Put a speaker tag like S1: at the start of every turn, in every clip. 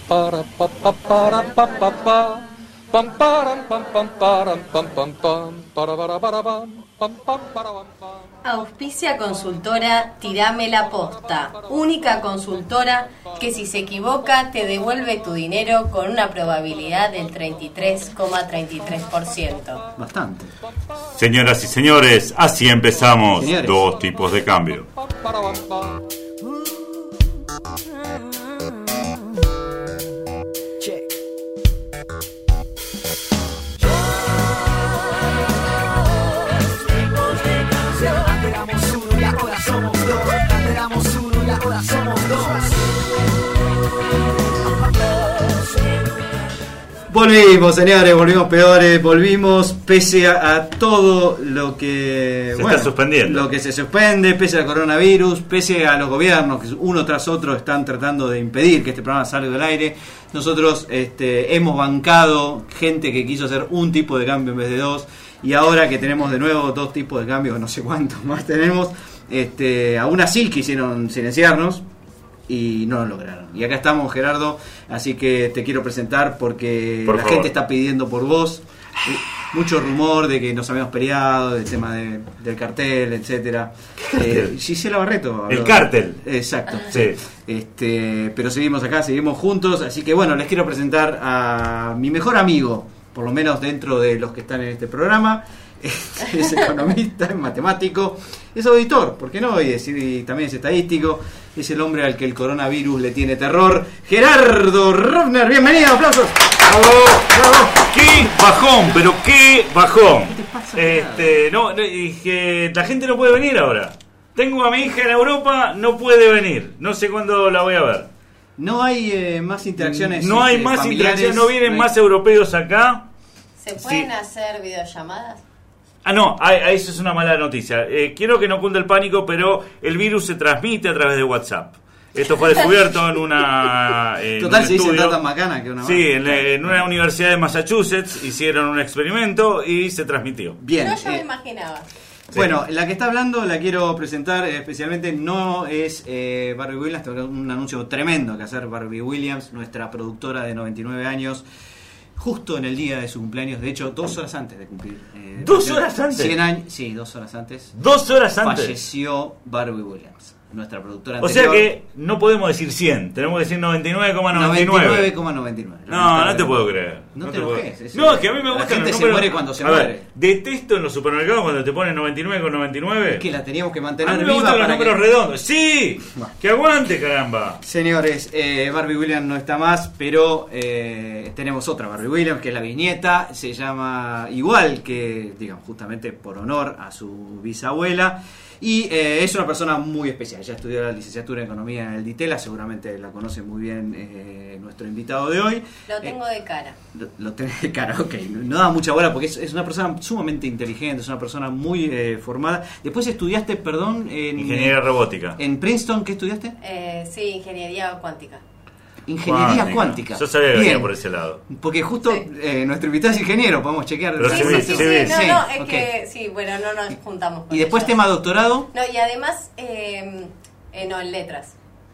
S1: para pa pa para pa pa pa pam param pam pam param pam pam pam para pam pam pam para pam.
S2: Auspicia consultora Tirame la Posta, única consultora que si se equivoca te devuelve tu dinero con una probabilidad del 33,33%.
S3: Bastante.
S4: Señoras y señores, así empezamos.
S3: Señores.
S4: Dos tipos de cambio.
S3: Volvimos, señores, volvimos peores, volvimos pese a todo lo que
S4: Se está suspendiendo.
S3: lo que se suspende, pese al coronavirus, pese a los gobiernos que uno tras otro están tratando de impedir que este programa salga del aire. Nosotros hemos bancado gente que quiso hacer un tipo de cambio en vez de dos, y ahora que tenemos de nuevo dos tipos de cambio, no sé cuántos más tenemos, aún así quisieron silenciarnos y no lo lograron. Y acá estamos, Gerardo, así que te quiero presentar porque
S4: Por
S3: la
S4: favor.
S3: gente está pidiendo por vos. Mucho rumor de que nos habíamos peleado, del tema del cartel, etcétera. Gisela Barreto.
S4: El cártel.
S3: Exacto.
S4: Sí.
S3: Pero seguimos acá, seguimos juntos, así que bueno, les quiero presentar a mi mejor amigo, por lo menos dentro de los que están en este programa. Es economista, es matemático, es auditor, ¿por qué no? Y también es estadístico, es el hombre al que el coronavirus le tiene terror. Gerardo Rovner, bienvenido, aplausos.
S4: ¡Bravo! ¡Bravo! ¡Qué bajón! Pero qué bajón.
S3: ¿Qué te pasa,
S4: Y que la gente no puede venir ahora. Tengo a mi hija en Europa, no puede venir. No sé cuándo la voy a ver.
S3: No hay más interacciones.
S4: No hay más
S3: familiares,
S4: interacción, no vienen
S3: hay-
S4: más europeos acá.
S2: ¿Se pueden
S4: Sí.
S2: hacer videollamadas?
S4: Ah, no, eso es una mala noticia. Quiero que no cunde el pánico, pero el virus se transmite a través de WhatsApp. Esto fue descubierto en una... en
S3: Total,
S4: un
S3: se dice
S4: estudio.
S3: tan macana que una
S4: Sí,
S3: más.
S4: en una universidad de Massachusetts hicieron un experimento y se transmitió.
S3: Bien.
S2: Yo ya me imaginaba.
S3: Bueno, la que está hablando la quiero presentar especialmente, no es Barbie Williams, tengo un anuncio tremendo que hacer. Barbie Williams, nuestra productora de 99 años, justo en el día de su cumpleaños, de hecho 2 horas antes de cumplir.
S4: ¿2 horas antes?
S3: 100 años, sí, 2 horas antes.
S4: 2 horas antes.
S3: Falleció Barbie Williams, nuestra productora
S4: O sea
S3: anterior.
S4: que no podemos decir 100, tenemos que decir 99,99.
S3: 99,99.
S4: No te puedo creer.
S3: No te
S4: puedo-
S3: enojes, es
S4: No,
S3: cierto.
S4: es que a mí me
S3: La
S4: gusta
S3: gente
S4: los
S3: se
S4: números.
S3: muere cuando se
S4: A ver,
S3: muere.
S4: detesto en los supermercados cuando te ponen 99,99.
S3: Es que la teníamos que
S4: A
S3: mantener
S4: mí me
S3: viva
S4: gustan los
S3: para
S4: números
S3: que...
S4: redondos. ¡Sí!
S3: Bueno.
S4: ¡Que aguante, caramba!
S3: Señores, Barbie Williams no está más, pero tenemos otra Barbie Williams, que es la bisnieta. Se llama igual que, digamos, justamente por honor a su bisabuela. Y es una persona muy especial. Ella estudió la licenciatura en Economía en el DITELA, seguramente la conoce muy bien nuestro invitado de hoy.
S2: Lo tengo de cara.
S3: Lo tenés de cara, ok. No da mucha bola porque es una persona sumamente inteligente, es una persona muy formada. Después estudiaste, perdón, en...
S4: Ingeniería robótica.
S3: ¿En Princeton qué estudiaste?
S2: Sí, ingeniería cuántica.
S3: Ingeniería cuántica.
S4: Yo sabía que
S3: Bien.
S4: venía por ese lado.
S3: Porque justo
S2: Sí.
S3: nuestro invitado es ingeniero, podemos chequear.
S4: Pero
S2: Sí,
S4: se
S2: sí,
S4: ve,
S2: sí,
S4: se
S2: sí.
S4: ve.
S2: No,
S3: Sí,
S2: no, es
S3: ok.
S2: que sí, bueno, no nos juntamos con
S3: Y después
S2: ellos.
S3: tema doctorado.
S2: No, y además, no, en letras.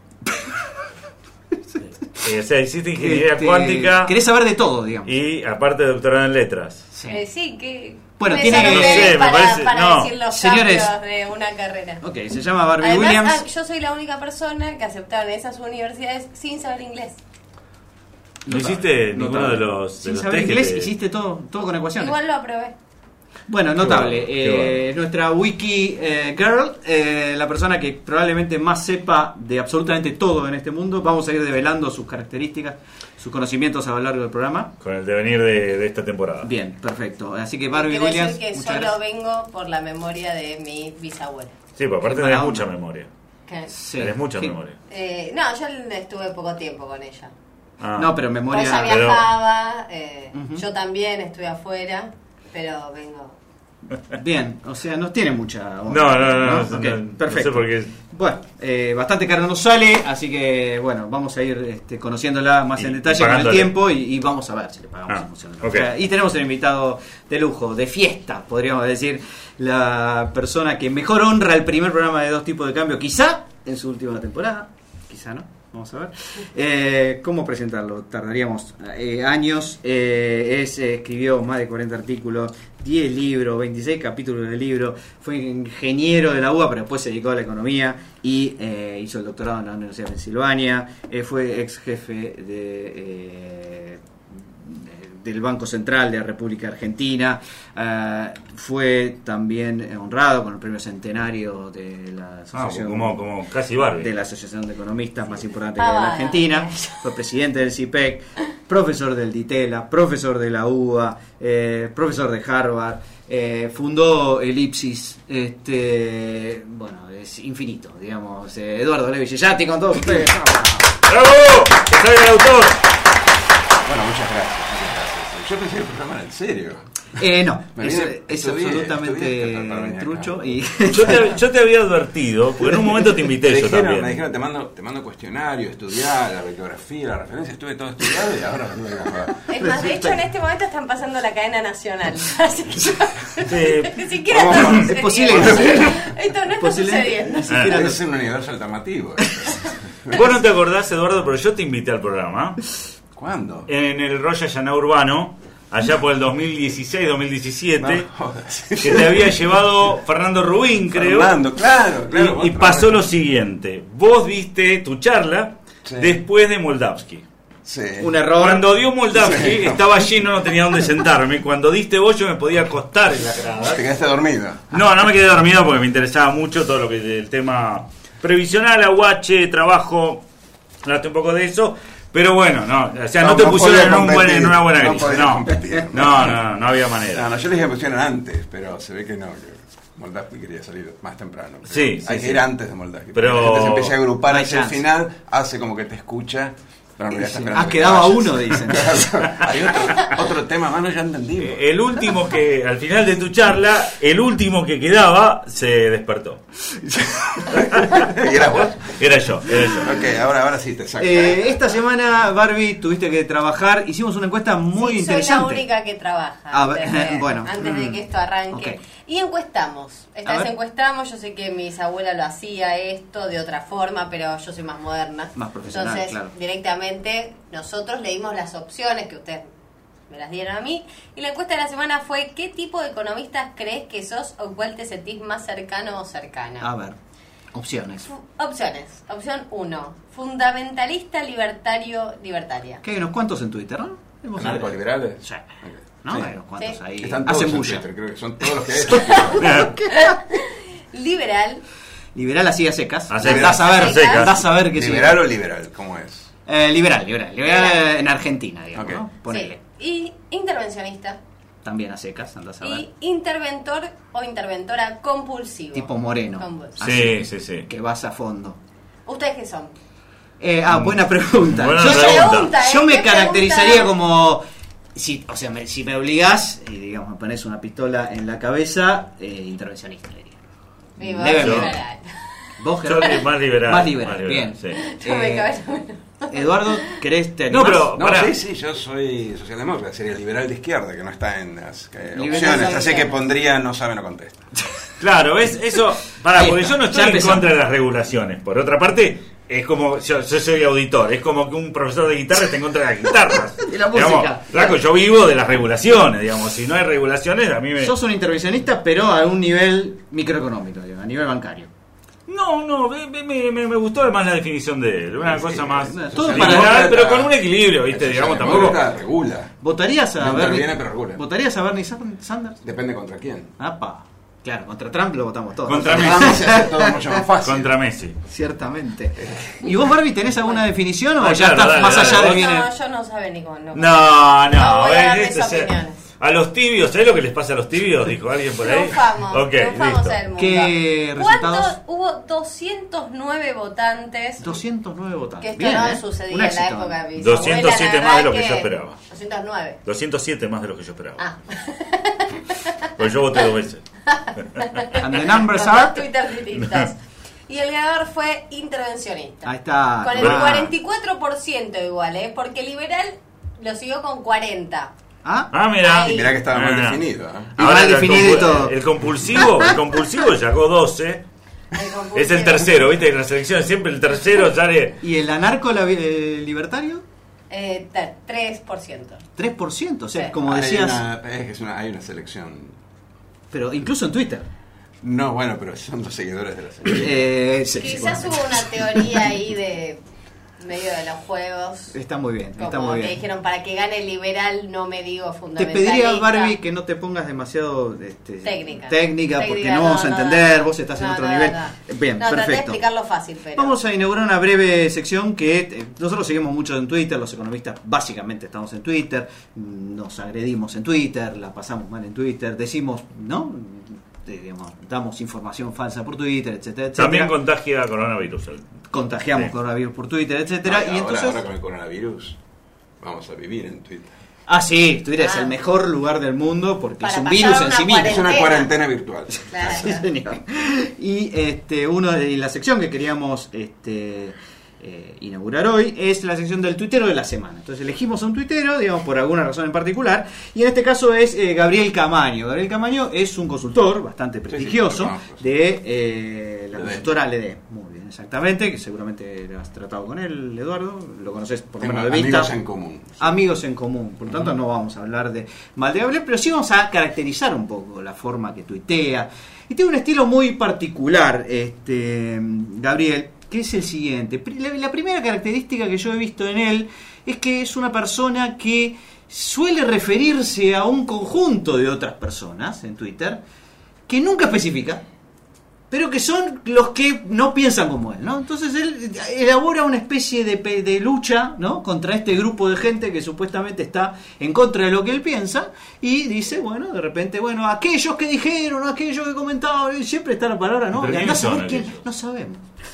S4: O sea, hiciste ingeniería cuántica
S3: Querés saber de todo, digamos.
S4: y aparte doctorado en letras.
S3: Sí.
S2: Sí, que...
S3: Bueno,
S2: me
S3: tiene que-
S2: saludé
S4: No sé, me
S2: para,
S4: parece-
S2: para
S4: no.
S2: decir los
S3: Señores.
S2: cambios de una carrera.
S3: Ok, se llama Barbie
S2: Además,
S3: Williams.
S2: yo soy la única persona que aceptaron esas universidades sin saber inglés.
S4: No hiciste
S3: Notable.
S4: ninguno de los
S3: Sin
S4: los
S3: saber
S4: test que
S3: inglés,
S4: te-
S3: hiciste todo con ecuaciones.
S2: Igual lo aprobé.
S3: Bueno, notable.
S4: Qué bueno.
S3: Nuestra wiki girl, la persona que probablemente más sepa de absolutamente todo en este mundo. Vamos a ir develando sus características, sus conocimientos a lo largo del programa.
S4: Con el devenir de esta temporada.
S3: Bien, perfecto. Así que Barbie
S2: Quiero
S3: Williams,
S2: decir que
S3: muchas
S2: solo
S3: gracias.
S2: vengo por la memoria de mi bisabuela.
S4: Sí, pero aparte
S3: Qué
S4: tenés
S3: mala
S4: mucha
S3: onda.
S4: memoria.
S2: Que-
S3: Sí.
S4: Tenés mucha
S3: ¿Qué?
S4: memoria.
S2: No, yo estuve poco tiempo con ella.
S4: Ah.
S3: No, pero memoria.
S2: Ella
S4: Pero-
S2: viajaba,
S3: Ujú.
S2: yo también estuve afuera, pero vengo.
S3: Bien, o sea, no tiene mucha onda.
S4: No,
S3: Ok,
S4: no
S3: perfecto.
S4: sé por qué.
S3: Bueno, bastante caro nos sale, así que bueno, vamos a ir conociéndola más
S4: Y
S3: en detalle con el
S4: pagándole.
S3: tiempo y vamos a ver si le pagamos
S4: Ah,
S3: emocionalmente.
S4: ok.
S3: O sea, y tenemos un invitado de lujo, de fiesta, podríamos decir, la persona que mejor honra el primer programa de Dos Tipos de Cambio, quizá en su última temporada, quizá no. Vamos a ver. ¿Cómo presentarlo? Tardaríamos años. Escribió más de 40 artículos, 10 libros, 26 capítulos de libro. Fue ingeniero de la UBA, pero después se dedicó a la economía y hizo el doctorado en la Universidad de Pensilvania. Fue ex jefe del Banco Central de la República Argentina. Fue también honrado con el premio centenario de la asociación,
S4: como casi Barbie,
S3: de la asociación de economistas más importante de la Argentina. Fue presidente del CIPEC, profesor del DITELA, profesor de la UBA, profesor de Harvard, fundó Elipsis. Bueno, es infinito, digamos. Eduardo Levi Yeyati con todos ustedes.
S4: ¡Bravo! ¡Que salga el autor!
S5: Bueno, muchas gracias. Yo pensé que el programa era en serio.
S3: No, es absolutamente trucho. Y
S4: yo te había advertido, porque en un momento te invité yo también.
S5: Me dijeron, te mando cuestionario, estudiar, la bibliografía, la referencia, estuve todo estudiado y ahora no me voy a joder.
S2: Es más, de hecho en este momento están pasando la cadena nacional. Así que ni siquiera
S3: es posible que
S2: esto no está sucediendo.
S5: Es un universo alternativo.
S4: Vos no te acordás, Eduardo, pero yo te invité al programa.
S5: ¿Cuándo?
S4: En el Roya Llaná Urbano, allá por el 2016-2017,
S5: no,
S4: que te había llevado Fernando Rubín, creo.
S5: Fernando, claro.
S4: Y pasó lo siguiente. Vos viste tu charla después de Moldavsky.
S5: Sí.
S3: Un error.
S4: Cuando dio Moldavsky, estaba lleno, no tenía dónde sentarme. Cuando diste vos, yo me podía acostar en la grada.
S5: ¿Te quedaste dormido?
S4: No me quedé dormido porque me interesaba mucho todo lo que el tema previsional, aguache, trabajo. Hablaste un poco de eso. Pero bueno, no te pusieron en una buena grilla. No había manera.
S5: Yo les dije que pusieron antes, pero se ve que no. Que Moldavsky quería salir más temprano.
S4: Sí,
S5: hay que ir antes de Moldavsky.
S4: Pero
S5: la gente se empieza a agrupar
S3: no
S5: hacia el
S3: chance.
S5: final, hace como que te escucha. Pero en realidad está esperando
S3: quedaba uno, dicen.
S5: Hay otro tema más, no, ya entendí.
S4: El último que, al final de tu charla, el último que quedaba se despertó.
S5: ¿Y eras vos?
S4: Era yo.
S5: Ok, ahora sí te saco.
S3: Esta semana, Barbie, tuviste que trabajar. Hicimos una encuesta muy interesante.
S2: Soy la única que trabaja antes de que esto arranque.
S3: Okay.
S2: Y encuestamos. Esta vez encuestamos. Yo sé que mis abuelas lo hacía esto de otra forma, pero yo soy más moderna.
S3: Más profesional,
S2: entonces,
S3: claro.
S2: Directamente nosotros leímos las opciones que ustedes me las dieron a mí. Y la encuesta de la semana fue: ¿qué tipo de economista crees que sos o cuál te sentís más cercano o cercana?
S3: A ver, opciones.
S2: Opciones. Opción 1. Fundamentalista libertaria.
S3: ¿Qué hay unos cuantos en Twitter, no?
S5: ¿Narcoliberales?
S3: Sí.
S5: Okay.
S3: ¿No?
S5: Sí.
S3: Hay unos cuantos
S2: Sí.
S3: ahí.
S5: Están todos
S3: Hacen
S5: en
S3: bulla.
S5: Twitter, creo que son todos los que hay.
S2: Liberal.
S3: Liberal así a secas.
S4: A secas.
S3: Andás a ver qué
S5: ¿Liberal o liberal? ¿Cómo es?
S3: Liberal en Argentina, digamos,
S5: Okay.
S3: ¿no? Ponele.
S2: Sí. Y intervencionista.
S3: También a secas, andás a ver.
S2: Y interventor o interventora compulsivo.
S3: Tipo Moreno.
S4: Sí.
S3: Que vas a fondo.
S2: ¿Ustedes qué son?
S3: Buena pregunta.
S4: Buena
S3: Yo,
S4: pregunta.
S3: yo me
S2: ¿Qué
S3: caracterizaría
S2: pregunta?
S3: como... Si me obligás y digamos me pones una pistola en la cabeza, intervencionista diría.
S2: Viva
S3: Levemente.
S2: liberal.
S3: ¿Vos,
S4: Yo
S3: Gerardo?
S4: más liberal.
S3: Más liberal, bien.
S4: Sí.
S2: Yo me cabello.
S3: Eduardo, ¿querés te
S4: No,
S3: animás?
S4: pero
S5: No,
S4: pará.
S5: sí, yo soy socialdemócrata, sería liberal de izquierda, que no está en las
S3: Liberal
S5: opciones,
S2: de
S5: así que
S2: izquierda.
S5: pondría no sabe, no contesta.
S4: Claro, eso. Pará,
S3: Ahí
S4: porque
S3: está,
S4: yo no
S3: ya
S4: estoy en
S3: empezamos.
S4: contra de las regulaciones. Por otra parte, es como. Yo soy auditor, es como que un profesor de guitarra está en contra de las guitarras.
S3: De la
S4: Digamos,
S3: música.
S4: Flaco, yo vivo de las regulaciones, digamos. Si no hay regulaciones, a mí me.
S3: Sos un intervencionista, pero a un nivel microeconómico, digamos, a nivel bancario.
S4: No, me gustó además la definición de él. Una cosa más.
S3: Todo
S4: liberal,
S3: para-
S4: pero con un equilibrio, ¿viste? Digamos, tampoco.
S5: Demócrata regula.
S3: ¿Votarías a
S5: No
S3: Bernie?
S5: interviene, pero regula.
S3: ¿Votarías a Bernie Sanders?
S5: Depende contra quién.
S3: Apa. Claro, contra Trump lo votamos todos.
S4: Contra mí.
S5: Vamos a hacer todo mucho más fácil.
S4: Contra Messi.
S3: Ciertamente. ¿Y vos, Barbie, tenés alguna definición o
S4: Ah,
S3: ya
S4: claro,
S3: estás
S4: dale,
S3: más
S4: dale,
S3: allá
S4: vos.
S3: de viene?
S2: No, yo no sabe ni cómo.
S4: No,
S2: No voy a dar
S4: ¿ves?
S2: mis opiniones.
S4: A los tibios, ¿sabés lo que les pasa a los tibios? Dijo alguien por ahí.
S2: Triunfamos,
S4: Ok,
S2: triunfamos
S4: listo.
S2: el mundo.
S3: ¿Qué
S2: ¿Cuántos?
S3: resultados?
S2: Hubo 209 votantes.
S3: 209
S2: Que
S3: votantes.
S2: esto
S3: Bien,
S2: no
S3: ¿eh?
S2: sucedía
S3: Un
S2: en la
S3: éxito.
S2: época de mis
S4: 207
S2: abuelas, la
S4: más de lo
S2: verdad
S4: que yo esperaba.
S2: 209.
S4: 207 más de lo que yo esperaba.
S2: Ah.
S4: Pues yo voté 2 veces.
S3: And the numbers
S2: Con
S3: are...
S2: dos Twitter distintas. Y el ganador fue intervencionista.
S3: Ahí está.
S2: Con el
S3: Ah.
S2: 44% igual, porque liberal lo siguió con 40%.
S3: ¿Ah?
S4: Mira.
S2: Ahí.
S5: Mirá que estaba mal
S4: Ah.
S5: definido.
S3: Y mal definido y todo.
S4: El compulsivo sacó 12 Es el tercero, ¿viste? En la selección siempre el tercero sale.
S3: ¿Y el anarco libertario?
S2: 3%.
S3: 3%, o sea,
S2: Sí.
S3: como decías.
S5: Hay una selección.
S3: Pero incluso en Twitter.
S5: No, bueno, pero son los seguidores de la selección.
S2: Quizás hubo una teoría ahí de medio de los juegos.
S3: Está muy bien, está
S2: Como
S3: muy
S2: que
S3: bien.
S2: dijeron, para que gane el liberal no me digo
S3: Te
S2: fundamentalista.
S3: pediría, Barbie, que no te pongas demasiado
S2: técnica,
S3: porque no vamos a entender, vos estás en otro nivel. Bien,
S2: Traté de
S3: perfecto.
S2: explicarlo fácil, pero...
S3: Vamos a inaugurar una breve sección que nosotros seguimos mucho en Twitter, los economistas básicamente estamos en Twitter, nos agredimos en Twitter, la pasamos mal en Twitter, decimos, ¿no? Digamos, damos información falsa por Twitter, etcétera, etcétera.
S4: También contagia coronavirus.
S3: Contagiamos
S4: Sí.
S3: coronavirus por Twitter, etcétera.
S5: No,
S3: y entonces...
S5: ahora con el coronavirus vamos a vivir en Twitter.
S3: Ah, sí, Twitter es el mejor lugar del mundo porque
S2: Para
S3: es un
S2: pasar
S3: virus en
S2: una
S3: sí mismo.
S5: Es una cuarentena virtual.
S2: Claro.
S3: Sí, señor. Y la sección que queríamos inaugurar hoy es la sección del tuitero de la semana. Entonces elegimos a un tuitero, digamos, por alguna razón en particular, y en este caso es Gabriel Camaño. Gabriel Camaño es un consultor bastante prestigioso de la consultora LD. Muy bien, exactamente, que seguramente lo has tratado con él, Eduardo, lo conoces por lo menos de vista.
S5: Amigos en común.
S3: Amigos en común, por lo tanto no vamos a hablar de mal de Gabriel, pero sí vamos a caracterizar un poco la forma que tuitea. Y tiene un estilo muy particular, Gabriel, que es el siguiente. La primera característica que yo he visto en él es que es una persona que suele referirse a un conjunto de otras personas en Twitter que nunca especifica, pero que son los que no piensan como él, ¿no? Entonces él elabora una especie de lucha, ¿no?, contra este grupo de gente que supuestamente está en contra de lo que él piensa, y dice, bueno, de repente, bueno, aquellos que dijeron, aquellos que comentaron, y siempre está la palabra, ¿no?
S4: ¿Pero
S3: Y andá a
S4: quiénes son
S3: saber quién,
S4: aquellos?
S3: no sabemos.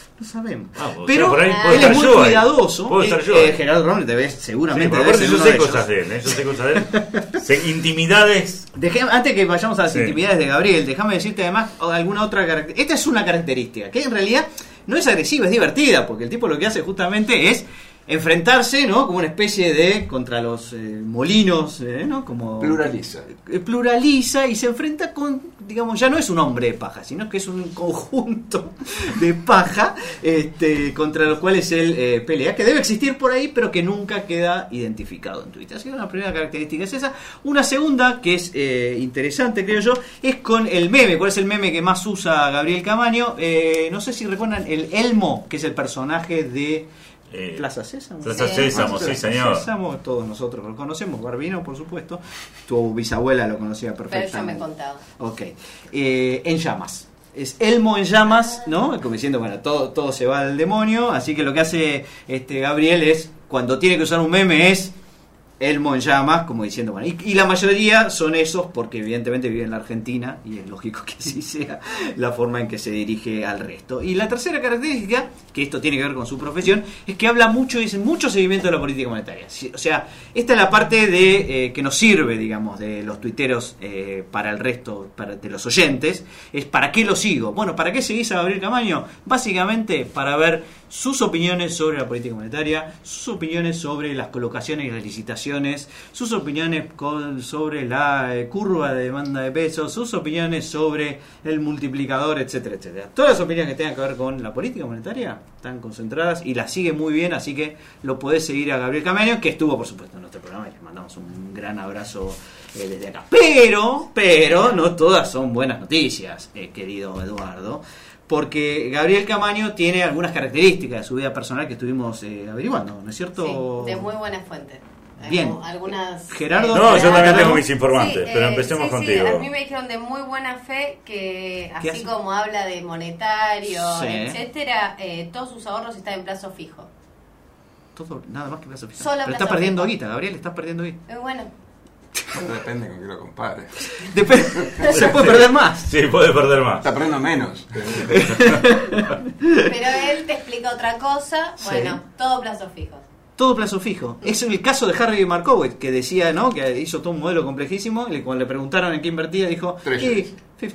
S4: Pero por ahí puedo
S3: él
S4: estar
S3: es muy
S4: yo ahí.
S3: cuidadoso.
S4: Puedo estar yo ahí.
S3: Gerardo Robles te ves
S4: Sí,
S3: seguramente.
S4: pero
S3: debe
S4: aparte
S3: ser
S4: yo
S3: uno
S4: sé
S3: de
S4: cosas
S3: ellos.
S4: de él, yo sé cosas de él. Intimidades.
S3: Antes que vayamos a las
S4: Sí.
S3: intimidades de Gabriel, déjame decirte además alguna otra característica. Esta es una característica que en realidad no es agresiva, es divertida, porque el tipo lo que hace justamente es enfrentarse, ¿no?, como una especie de contra los molinos, ¿no?, como pluraliza y se enfrenta con, digamos, ya no es un hombre de paja, sino que es un conjunto de paja contra los cuales él pelea, que debe existir por ahí, pero que nunca queda identificado en Twitter. Así que una primera característica es esa. Una segunda, que es interesante, creo yo, es con el meme. ¿Cuál es el meme que más usa Gabriel Camaño? No sé si recuerdan el Elmo, que es el personaje de Plaza Sésamo.
S4: Plaza Sésamo, sí, señor.
S3: Sésamo, todos nosotros lo conocemos, Barbino, por supuesto. Tu bisabuela lo conocía
S2: Pero
S3: perfectamente.
S2: yo me contaba.
S3: Ok. En llamas. Es Elmo en llamas, ¿no? Como diciendo, bueno, todo se va al demonio. Así que lo que hace Gabriel es, cuando tiene que usar un meme, es Elmo en llamas, como diciendo, bueno, y la mayoría son esos porque evidentemente vive en la Argentina y es lógico que así sea la forma en que se dirige al resto. Y la tercera característica, que esto tiene que ver con su profesión, es que habla mucho y dice mucho seguimiento de la política monetaria. O sea, esta es la parte de que nos sirve, digamos, de los tuiteros para el resto, de los oyentes, es ¿para qué lo sigo? Bueno, ¿para qué seguís a Gabriel Camaño? Básicamente para ver sus opiniones sobre la política monetaria, sus opiniones sobre las colocaciones y las licitaciones, sus opiniones sobre la curva de demanda de pesos, sus opiniones sobre el multiplicador, etcétera, etcétera. Todas las opiniones que tengan que ver con la política monetaria están concentradas y las sigue muy bien, así que lo podés seguir a Gabriel Camaño, que estuvo, por supuesto, en nuestro programa y le mandamos un gran abrazo desde acá. Pero no todas son buenas noticias, querido Eduardo. Porque Gabriel Camaño tiene algunas características de su vida personal que estuvimos averiguando, ¿no es cierto?
S2: Sí, de muy buenas fuentes.
S3: Bien.
S2: Algunas,
S3: Gerardo.
S4: No, yo también
S3: Gerardo.
S4: tengo mis informantes, pero empecemos contigo.
S2: Sí, a mí me dijeron de muy buena fe que,
S3: ¿Qué
S2: así
S3: hace?
S2: como habla de monetario,
S3: Sí.
S2: etcétera, todos sus ahorros están en plazo fijo.
S3: Todo, nada más que plazo fijo.
S2: Solo
S3: Pero
S2: plazo
S3: estás perdiendo
S2: fijo.
S3: guita, Gabriel, estás perdiendo guita.
S2: Bueno,
S5: Depende con qué lo compares.
S3: Se puede perder más.
S4: Sí, puede perder más.
S5: Está perdiendo menos.
S2: pero él te explica otra cosa.
S3: Sí.
S2: Bueno, todo plazo fijo.
S3: Todo plazo fijo. Es el caso de Harry Markowitz, que decía, ¿no?, que hizo todo un modelo complejísimo, y cuando le preguntaron en qué invertía, dijo,
S5: Treasuries.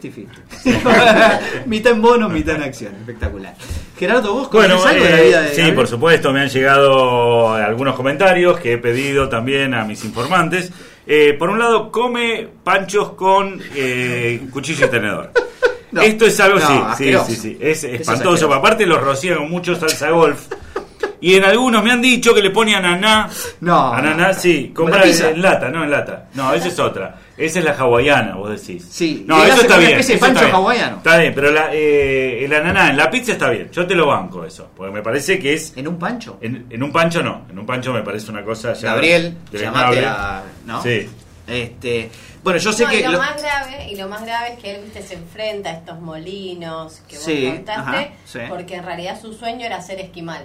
S3: 50-50. Mitad en bonos, mitad en acciones. Espectacular. Gerardo, ¿vos
S4: Bueno,
S3: conocés algo de la vida de
S4: sí,
S3: Gabriel?
S4: por supuesto, me han llegado algunos comentarios que he pedido también a mis informantes. Por un lado, come panchos con cuchillo y tenedor.
S3: No.
S4: Esto es algo,
S3: No,
S4: sí. Es espantoso.
S3: asqueroso.
S4: Aparte los rocían con mucho salsa golf. Y en algunos me han dicho que le pone ananá.
S3: No.
S4: Ananá, sí. Compra en lata, no en lata. No, esa es otra. Esa es la hawaiana, vos decís.
S3: Sí.
S4: No, eso está bien.
S3: Una especie de pancho hawaiano.
S4: Está bien, pero el ananá en la pizza está bien. Yo te lo banco eso. Porque me parece que es...
S3: ¿En un pancho?
S4: En un pancho no. En un pancho me parece una cosa ya...
S3: Gabriel, llamate a... ¿no?
S4: Sí.
S3: Bueno, yo sé que...
S2: Lo más grave es que él, viste, se enfrenta a estos molinos que vos contaste, porque en realidad su sueño era ser esquimal.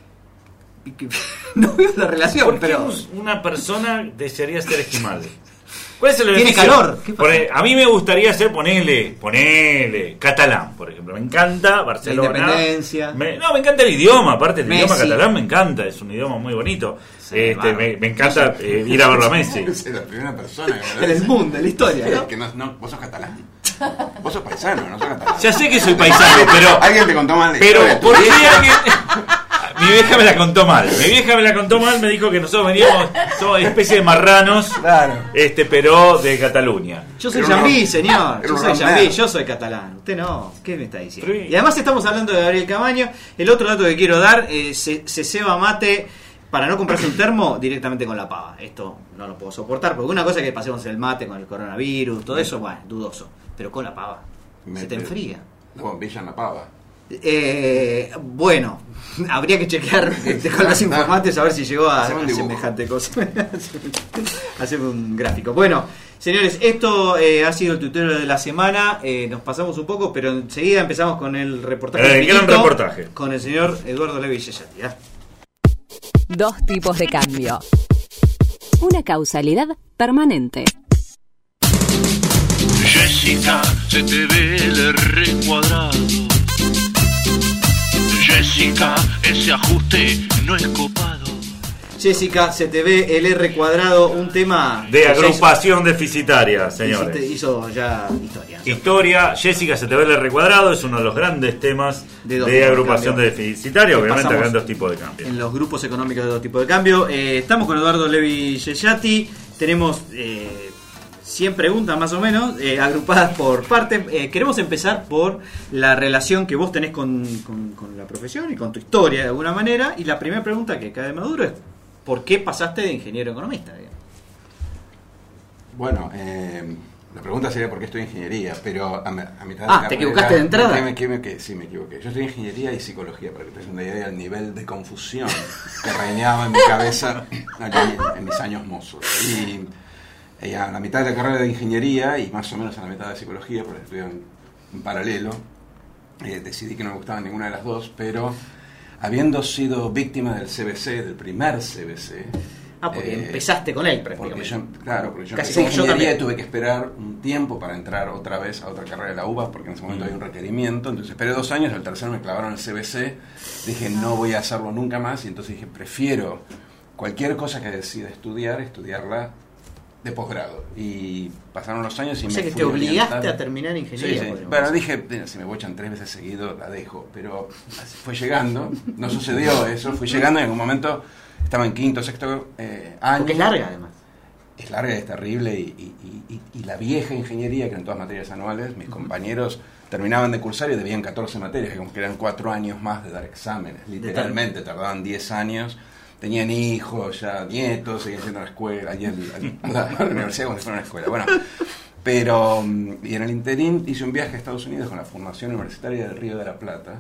S3: No veo la relación,
S4: ¿Por qué
S3: pero...
S4: una persona desearía ser esquimal? ¿Cuál es el
S3: ¿Tiene
S4: beneficio?
S3: calor? ¿Qué pasa?
S4: A mí me gustaría ser, ponele, catalán, por ejemplo. Me encanta Barcelona.
S3: La independencia.
S4: Me encanta el idioma, aparte el
S3: Messi.
S4: idioma catalán me encanta, es un idioma muy bonito.
S3: Sí,
S4: me encanta ir a verlo a Messi.
S5: Es la primera persona que me lo
S3: En el
S5: dice.
S3: mundo, en la historia, ¿no?
S5: Que vos sos catalán. Vos sos paisano, no sos catalán.
S4: Ya sé que soy paisano, pero...
S5: Alguien te contó mal la
S4: Pero,
S5: historia de tu
S4: ¿por qué
S5: vieja?
S4: alguien...? Mi vieja me la contó mal. Me dijo que nosotros veníamos, somos especie de marranos,
S3: Claro.
S4: Pero de Cataluña.
S3: Yo soy
S5: Era un
S3: Jambí,
S5: ro-
S3: señor.
S5: era
S3: Yo
S5: un
S3: soy
S5: romero.
S3: Jambí, yo soy catalán. Usted no. ¿Qué me está diciendo?
S4: Pero-
S3: Y además estamos hablando de Gabriel Camaño. El otro dato que quiero dar, se ceba mate para no comprarse un termo directamente con la pava. Esto no lo puedo soportar, porque una cosa es que pasemos el mate con el coronavirus, todo eso, bueno, dudoso. Pero con la pava, se te enfría.
S5: La bombilla en la pava.
S3: Bueno, habría que chequear con los informantes a ver si llegó a
S5: Haceme un dibujo.
S3: semejante cosa. Haceme un gráfico. Bueno, señores, esto ha sido el tutorial de la semana. Nos pasamos un poco, pero enseguida empezamos con el reportaje.
S4: El gran
S3: finito
S4: reportaje.
S3: Con el señor Eduardo Levi Yeyati.
S6: Dos tipos de cambio. Una causalidad permanente.
S7: Jessica, se te ve el R cuadrado. Jessica, ese ajuste no es copado.
S3: Jessica, se te ve el R cuadrado, un tema
S4: De
S3: que ya
S4: agrupación deficitaria, señores.
S3: hizo ya historia.
S4: Historia, Jessica se te ve el recuadrado, es uno de los grandes temas
S3: De
S4: de,
S3: dos tipos de
S4: agrupación
S3: cambio.
S4: deficitaria,
S3: Que
S4: obviamente acá
S3: pasamos
S4: en dos tipos de cambio.
S3: En los grupos económicos de dos tipos de cambio. Estamos con Eduardo Levi Yeyati. Tenemos 100 preguntas más o menos, agrupadas por parte. Queremos empezar por la relación que vos tenés con la profesión y con tu historia de alguna manera. Y la primera pregunta que cae de maduro es: ¿por qué pasaste de ingeniero a economista? Digamos?
S5: Bueno, la pregunta sería por qué estoy en ingeniería, pero a mitad
S3: Ah, ¿te equivocaste de entrada?
S5: Sí, me equivoqué. Yo estoy en ingeniería y psicología, para que te des una idea del nivel de confusión que reinaba en mi cabeza allí en mis años mozos. Y a la mitad de la carrera de ingeniería y más o menos a la mitad de psicología, porque estudié en paralelo, decidí que no me gustaba ninguna de las dos, pero habiendo sido víctima del CBC, del primer CBC...
S3: Porque empezaste con él
S5: Porque
S3: prácticamente.
S5: porque yo
S3: Casi
S5: empecé en
S3: como yo
S5: ingeniería
S3: también.
S5: y tuve que esperar un tiempo para entrar otra vez a otra carrera de la UBA, porque en ese momento había un requerimiento. Entonces esperé 2 años, al tercero me clavaron el CBC. Dije, no voy a hacerlo nunca más. Y entonces dije, prefiero cualquier cosa que decida estudiarla de posgrado. Y pasaron los años y
S3: O
S5: me
S3: sea que
S5: fui
S3: te obligaste
S5: orientando.
S3: a terminar ingeniería.
S5: Sí, sí.
S3: podríamos
S5: Bueno,
S3: decir.
S5: dije, mira, si me bochan 3 veces seguido, la dejo. Pero así fue llegando, no sucedió eso. Fui llegando y en algún momento estaba en quinto, sexto año.
S3: Porque es larga además.
S5: Es larga, es terrible y la vieja ingeniería, que eran todas materias anuales, mis compañeros terminaban de cursar y debían 14 materias, como que eran 4 años más de dar exámenes, literalmente, tardaban 10 años, tenían hijos, ya nietos, seguían yendo a la escuela, allí a la universidad como si fuera una escuela, bueno, pero, y en el interín hice un viaje a Estados Unidos con la Fundación Universitaria del Río de la Plata,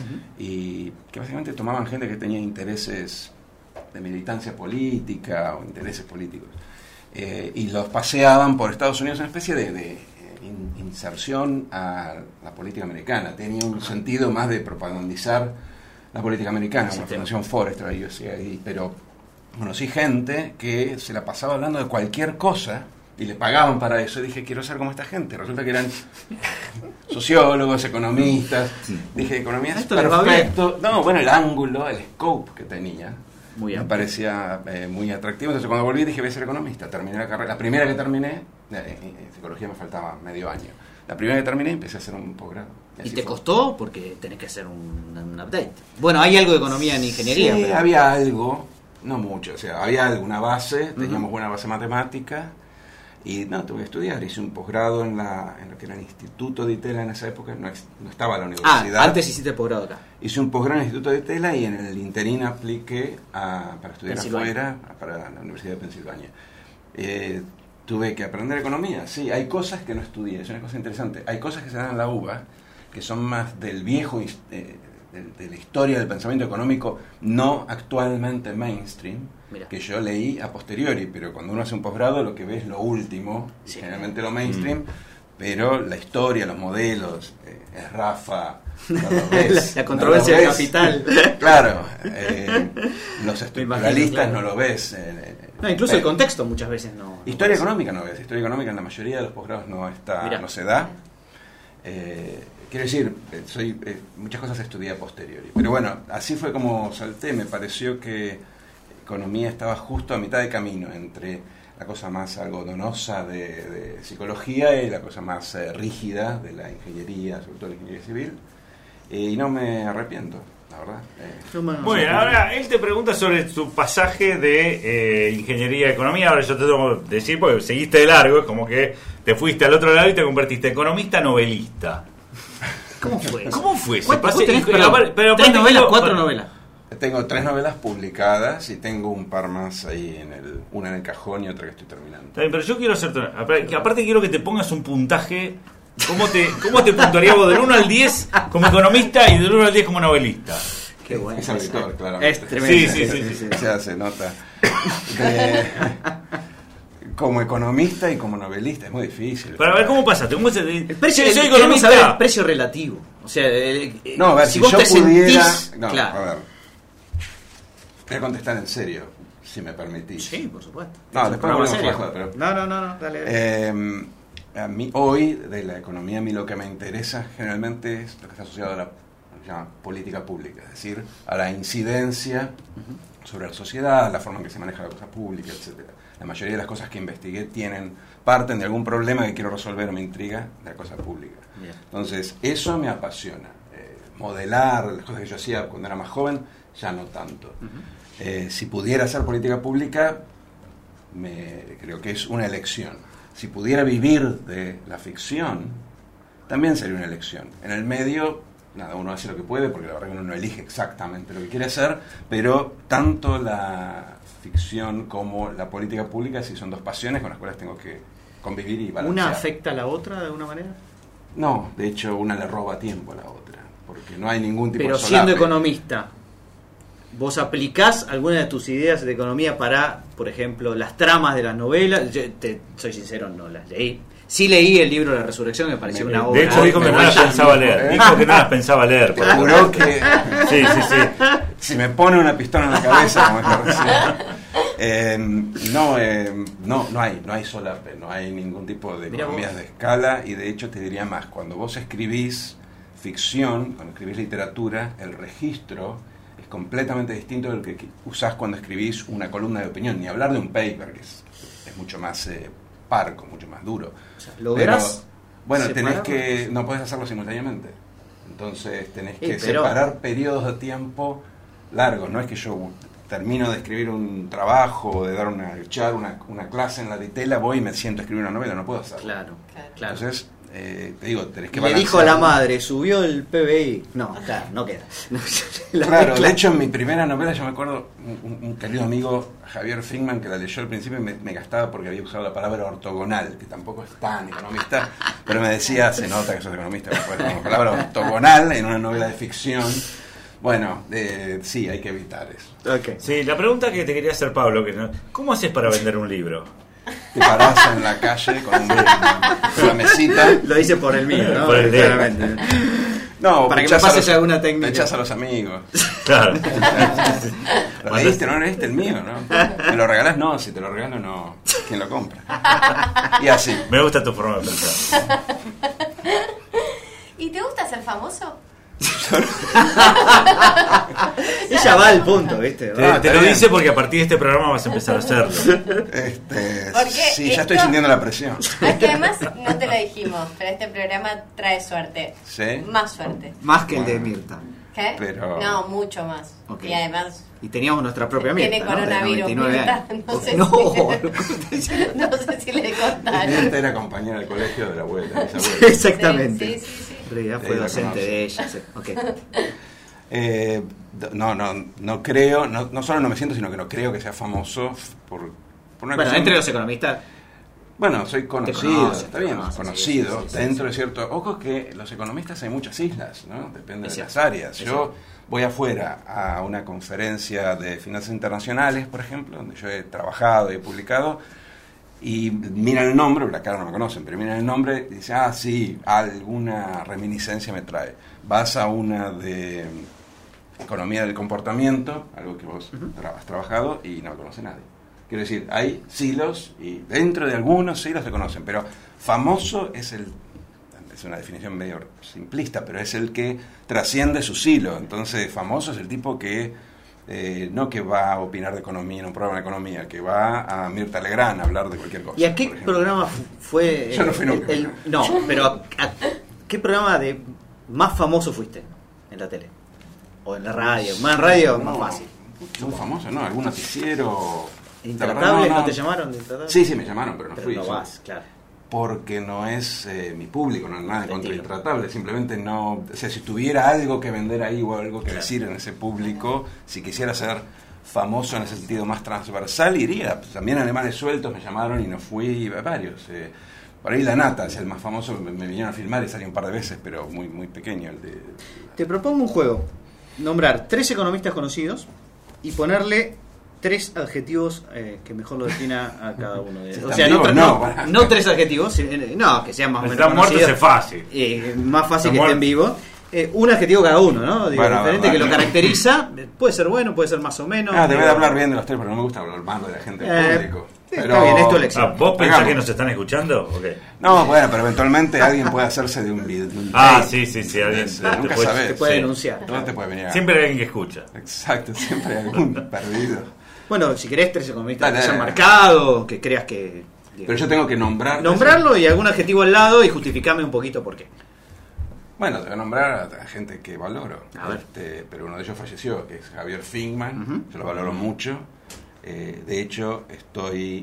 S5: y que básicamente tomaban gente que tenía intereses de militancia política o intereses políticos. Y los paseaban por Estados Unidos en una especie de inserción a la política americana. Tenía un sentido más de propagandizar la política americana, como la Fundación Forrester, la USAID, pero conocí gente que se la pasaba hablando de cualquier cosa y le pagaban para eso. Y dije, quiero ser como esta gente. Resulta que eran sociólogos, economistas. Dije, economía es
S3: Esto les va bien.
S5: perfecto. No, bueno, el ángulo, el scope que tenía.
S3: Muy
S5: Me
S3: amplio.
S5: parecía muy atractivo. Entonces cuando volví dije, voy a ser economista. Terminé la carrera. La primera que terminé, en psicología me faltaba medio año. La primera que terminé empecé a hacer un posgrado.
S3: ¿Y
S5: así
S3: te
S5: fue.
S3: costó? Porque tenés que hacer un update. Bueno, hay algo de economía en ingeniería.
S5: Sí,
S3: pero-
S5: había algo, no mucho. O sea, había alguna base, teníamos buena base matemática. Y no, tuve que estudiar, hice un posgrado en lo que era el Instituto de Itela en esa época, no estaba la universidad.
S3: Antes hiciste posgrado acá.
S5: Hice un posgrado en el Instituto de Itela y en el interín apliqué para estudiar afuera, para la Universidad de Pensilvania. Tuve que aprender economía, sí, hay cosas que no estudié, es una cosa interesante. Hay cosas que se dan en la UBA, que son más del viejo, de la historia del pensamiento económico, no actualmente mainstream, que yo leí a posteriori, pero cuando uno hace un posgrado lo que ve es lo último, generalmente lo mainstream, pero la historia, los modelos, es Rafa, no lo ves,
S3: la controversia de capital.
S5: Claro, los estructuralistas no lo ves.
S3: No, incluso el contexto muchas veces no.
S5: Historia económica no ves, historia económica en la mayoría de los posgrados no se da. Quiero decir, muchas cosas estudié a posteriori. Pero bueno, así fue como salté. Me pareció que economía estaba justo a mitad de camino entre la cosa más algodonosa de psicología y la cosa más rígida de la ingeniería, sobre todo la ingeniería civil. Y no me arrepiento, la verdad.
S4: Muy bien, ahora él te pregunta sobre tu pasaje de ingeniería y economía. Ahora yo te tengo que decir, porque seguiste de largo, es como que te fuiste al otro lado y te convertiste en economista novelista.
S3: ¿Cómo fue eso?
S4: ¿Cómo fue?
S3: Pero ¿3 novelas, 4 novelas?
S5: Tengo 3 novelas publicadas y tengo un par más ahí, una en el cajón y otra que estoy terminando.
S4: Está bien, pero yo quiero hacerte aparte quiero que te pongas un puntaje. ¿Cómo te puntuarías vos del 1 al 10 como economista y del 1 al 10 como novelista?
S3: Qué bueno.
S5: Es auditor, claramente.
S3: Es tremendo.
S4: Sí.
S5: Se nota. Como economista y como novelista es muy difícil.
S4: Para ver cómo pasaste.
S3: El precio relativo. O sea,
S5: no, a ver, si vos yo pudiera.
S3: Claro.
S5: A ver. Voy a contestar en serio, si me permitís.
S3: Sí, por supuesto.
S5: No, después volvemos a la joda, pero.
S3: No, dale.
S5: A mí, hoy, de la economía, a mí lo que me interesa generalmente es lo que está asociado a la política pública, es decir, a la incidencia sobre la sociedad, la forma en que se maneja la cosa pública, etcétera. La mayoría de las cosas que investigué parten de algún problema que quiero resolver o me intriga de la cosa pública. Bien. Entonces, eso me apasiona. Modelar las cosas que yo hacía cuando era más joven, ya no tanto. Si pudiera hacer política pública, creo que es una elección. Si pudiera vivir de la ficción, también sería una elección. En el medio, nada, uno hace lo que puede, porque la verdad que uno no elige exactamente lo que quiere hacer, pero tanto la ficción como la política pública sí son dos pasiones con las cuales tengo que convivir y balancear.
S3: ¿Una afecta a la otra de alguna manera?
S5: No, de hecho una le roba tiempo a la otra, porque no hay ningún tipo
S3: de solape. Pero siendo economista, ¿vos aplicás alguna de tus ideas de economía para, por ejemplo, las tramas de las novelas? Yo soy sincero, no las leí. Sí leí el libro La Resurrección, me pareció una obra.
S4: De hecho dijo que no las pensaba leer. Dijo que no las pensaba leer.
S5: Juró que
S4: sí.
S5: Si me pone una pistola en la cabeza, como es la recién. No hay solape, no hay ningún tipo de economías de escala, y de hecho te diría más, cuando vos escribís ficción, cuando escribís literatura, el registro es completamente distinto del que usás cuando escribís una columna de opinión, ni hablar de un paper, que es mucho más parco, mucho más duro.
S3: O sea, ¿lográs?
S5: Bueno, no podés hacerlo simultáneamente. Entonces tenés que separar periodos de tiempo largos. No es que yo termino de escribir un trabajo o de dar una clase en la Ditela, voy y me siento a escribir una novela, no puedo hacerlo.
S3: Claro.
S5: Entonces, te digo, tenés que
S3: balancear. Le dijo a la madre, subió el PBI. No, claro, no queda.
S5: Claro, de hecho en mi primera novela yo me acuerdo, un querido amigo, Javier Fingman, que la leyó al principio y me gastaba porque había usado la palabra ortogonal, que tampoco es tan economista, pero me decía, se nota que sos economista, la palabra ortogonal en una novela de ficción. Bueno, sí, hay que evitar eso.
S3: Okay.
S4: Sí, la pregunta que te quería hacer, Pablo, ¿cómo haces para vender un libro?
S5: Te parás en la calle con una mesita.
S3: Lo hice por el mío, ¿no?
S4: Por el
S3: claramente.
S5: No,
S3: para que me pases alguna técnica.
S5: Me echás a los amigos.
S4: Claro.
S5: ¿Lo leíste? ¿No leíste el mío? ¿No? ¿Me lo regalás? No, si te lo regalo, no. ¿Quién lo compra? Y así.
S4: Me gusta tu forma de pensar.
S2: ¿Y te gusta ser famoso?
S3: Ella va al punto, ¿viste?
S4: Te lo dice porque a partir de este programa vas a empezar a hacerlo.
S5: Sí, ya estoy sintiendo la presión.
S2: Es que además, no te lo dijimos, pero este programa trae suerte.
S5: ¿Sí?
S2: Más suerte.
S3: Más que el de Mirta.
S2: ¿Qué?
S5: Pero...
S2: No, mucho más.
S3: Okay.
S2: Y además
S3: Y teníamos nuestra propia
S2: Tiene
S3: Mirta, ¿no? De
S2: coronavirus,
S3: 99
S2: Mirta.
S3: años.
S2: No sé no sé si le contaron.
S5: Mirta era compañera del colegio de la abuela, de esa abuela.
S3: Exactamente.
S2: Sí.
S3: En realidad fue
S5: La
S3: docente
S5: conoce.
S3: de ella. Sí. Okay.
S5: No creo, no solo no me siento, sino que no creo que sea famoso por una
S3: Bueno,
S5: cuestión-
S3: entre los economistas.
S5: Bueno, soy conocido,
S3: conocen,
S5: está bien,
S3: conocen,
S5: conocido,
S3: sí,
S5: dentro de cierto... Ojo que los economistas hay muchas islas, ¿no? Depende
S3: Es
S5: de las
S3: cierto,
S5: áreas.
S3: es
S5: Yo
S3: cierto.
S5: voy afuera a una conferencia de finanzas internacionales, por ejemplo, donde yo he trabajado y he publicado, y miran el nombre, la cara no me conocen, pero miran el nombre y dicen, ah, sí, alguna reminiscencia me trae. Vas a una de economía del comportamiento, algo que vos has trabajado, y no lo conoce nadie. Quiero decir, hay silos y dentro de algunos silos se conocen, pero famoso es una definición medio simplista, pero es el que trasciende su silo. Entonces, famoso es el tipo que no que va a opinar de economía en un programa de economía, que va a Mirta Legrand a hablar de cualquier cosa.
S3: ¿Y a qué
S5: por ejemplo.
S3: programa fue?
S5: Yo no fui nunca.
S3: No, pero ¿a qué programa de más famoso fuiste en la tele? ¿O en la radio? Más en radio, más fácil.
S5: Son famosos, ¿no? ¿Algún noticiero?
S3: ¿Intratables no te llamaron de Intratables?
S5: Sí, me llamaron, pero no
S3: Pero
S5: fui.
S3: no
S5: sí.
S3: vas, claro.
S5: Porque no es mi público, no es nada contra
S3: Entendido.
S5: Intratable, simplemente no... O sea, si tuviera algo que vender ahí o algo que decir en ese público, si quisiera ser famoso en ese sentido más transversal, iría. También Alemanes Sueltos me llamaron y no fui, varios. Por ahí La Nata es el más famoso, me vinieron a filmar y salí un par de veces, pero muy, muy pequeño.
S3: Te propongo un juego. Nombrar 3 economistas conocidos y ponerle 3 adjetivos que mejor lo defina a cada uno de ellos. O sea,
S5: ¿Están
S3: no,
S5: vivos? No.
S3: no 3 adjetivos, no, que sean más o menos
S4: Están muertos
S3: conocidos.
S4: es fácil.
S3: Más fácil
S4: Están
S3: que estén vivos. Un adjetivo cada uno, ¿no? Digo,
S5: Bueno,
S3: diferente
S5: bueno.
S3: que lo caracteriza. Puede ser bueno, puede ser más o menos.
S5: Debe
S3: digo,
S5: de hablar bien de los 3, pero no me gusta hablar mal de la gente del público.
S3: sí, está bien, es tu elección.
S4: ¿Vos pensás
S5: Hagamos.
S4: que nos están escuchando? ¿O qué?
S5: No, bueno, pero eventualmente alguien puede hacerse de un video.
S4: Sí, alguien
S5: Nunca
S4: puede-
S5: sabes.
S3: te puede
S4: sí.
S3: denunciar.
S5: No te puede venir a...
S4: Siempre hay alguien que escucha.
S5: Exacto, siempre hay algún perdido.
S3: Bueno, si querés 3 economistas
S5: Dale,
S3: que se han
S5: dale.
S3: marcado, que creas que...
S5: Pero yo tengo que nombrar...
S3: Nombrarlo y algún adjetivo al lado y justificarme un poquito por qué.
S5: Bueno, te voy a nombrar a gente que valoro.
S3: A ver.
S5: Pero uno de ellos falleció, que es Javier Finkman.
S3: Ujú.
S5: Yo lo valoro mucho. De hecho, estoy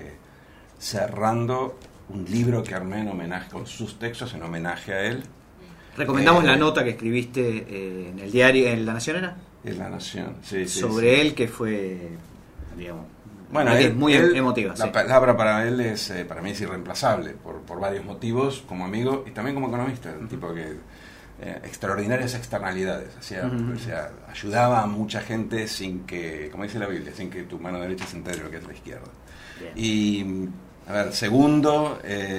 S5: cerrando un libro que armé en homenaje, con sus textos en homenaje a él.
S3: Recomendamos la nota que escribiste en el diario, en La Nación era,
S5: Es La Nación, sí,
S3: sobre
S5: sí.
S3: él, que fue, digamos,
S5: Bueno,
S3: que
S5: él-
S3: es muy
S5: él-
S3: emotiva.
S5: La
S3: Sí.
S5: palabra para él es, para mí es irreemplazable, por varios motivos, como amigo y también como economista. Un tipo que extraordinarias externalidades, o sea, ayudaba a mucha gente sin que, como dice la Biblia, sin que tu mano derecha se entere de lo que es la izquierda.
S3: Bien.
S5: Y, a ver, segundo,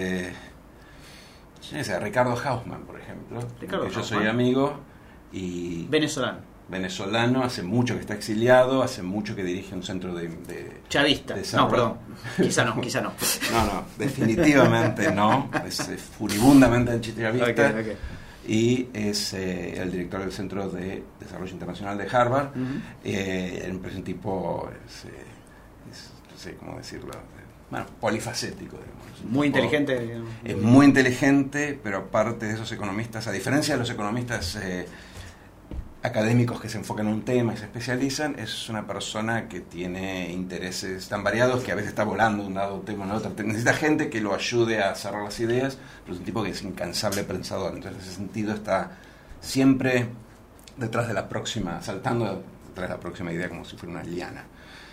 S5: yo no sé, Ricardo Hausmann, por ejemplo,
S3: Ricardo
S5: que yo soy
S3: Hausmann.
S5: amigo y venezolano, hace mucho que está exiliado, hace mucho que dirige un centro de
S3: Chavista.
S5: desarrollo.
S3: No, perdón. Quizá no.
S5: No, definitivamente no. Es furibundamente antichavista.
S3: Ok.
S5: Y es el director del Centro de Desarrollo Internacional de Harvard. Es un tipo, no sé cómo decirlo, bueno, polifacético, digamos. Es un
S3: Muy
S5: tipo-
S3: inteligente. Digamos.
S5: Es muy inteligente, pero aparte de esos economistas, a diferencia de los economistas académicos que se enfocan en un tema y se especializan, es una persona que tiene intereses tan variados que a veces está volando de un lado a un tema a otro. Necesita gente que lo ayude a cerrar las ideas, pero es un tipo que es incansable pensador. Entonces, en ese sentido, está siempre detrás de la próxima, saltando detrás de la próxima idea como si fuera una liana.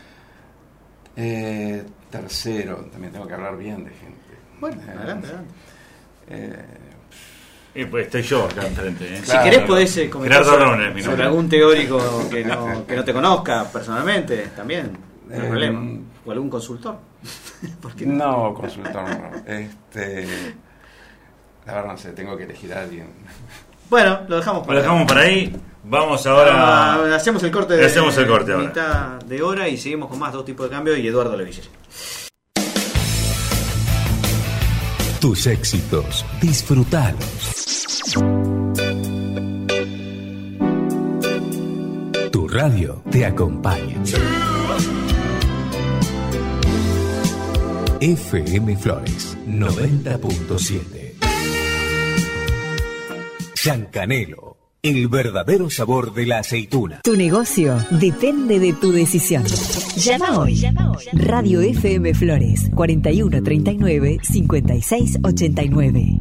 S5: Tercero, también tengo que hablar bien de gente.
S3: Bueno, adelante.
S4: Pues estoy yo acá enfrente.
S3: Si
S5: Claro,
S3: querés
S5: no.
S3: podés comentar
S4: Gerardo Rone es mi
S3: sobre
S4: nombre.
S3: algún teórico que no te conozca personalmente, también, no hay problema. O algún consultor. ¿Por qué no?
S5: No, consultor no. La verdad no sé, tengo que elegir a alguien.
S3: Bueno, lo dejamos
S4: Lo dejamos para ahí. Vamos ahora.
S3: Hacemos el corte
S4: Hacemos el corte ahora.
S3: mitad de hora y seguimos con más 2 tipos de cambio y Eduardo Leville.
S8: Tus éxitos, disfrútalos. Tu radio te acompaña. FM Flores 90.7. Chancanelo, El verdadero sabor de la aceituna.
S6: Tu negocio depende de tu decisión. Llama hoy. Radio FM Flores 4139 5689.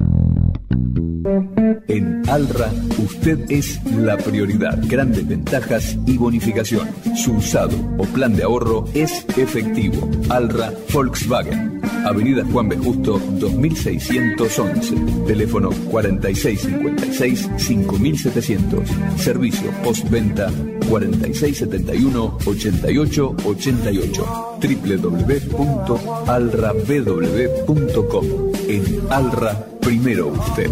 S8: En Alra, usted es la prioridad. Grandes ventajas y bonificación. Su usado o plan de ahorro es efectivo. Alra Volkswagen. Avenida Juan B. Justo, 2611. Teléfono 4656-5700. Servicio postventa 4671-8888. www.alrabw.com. En Alra, primero usted.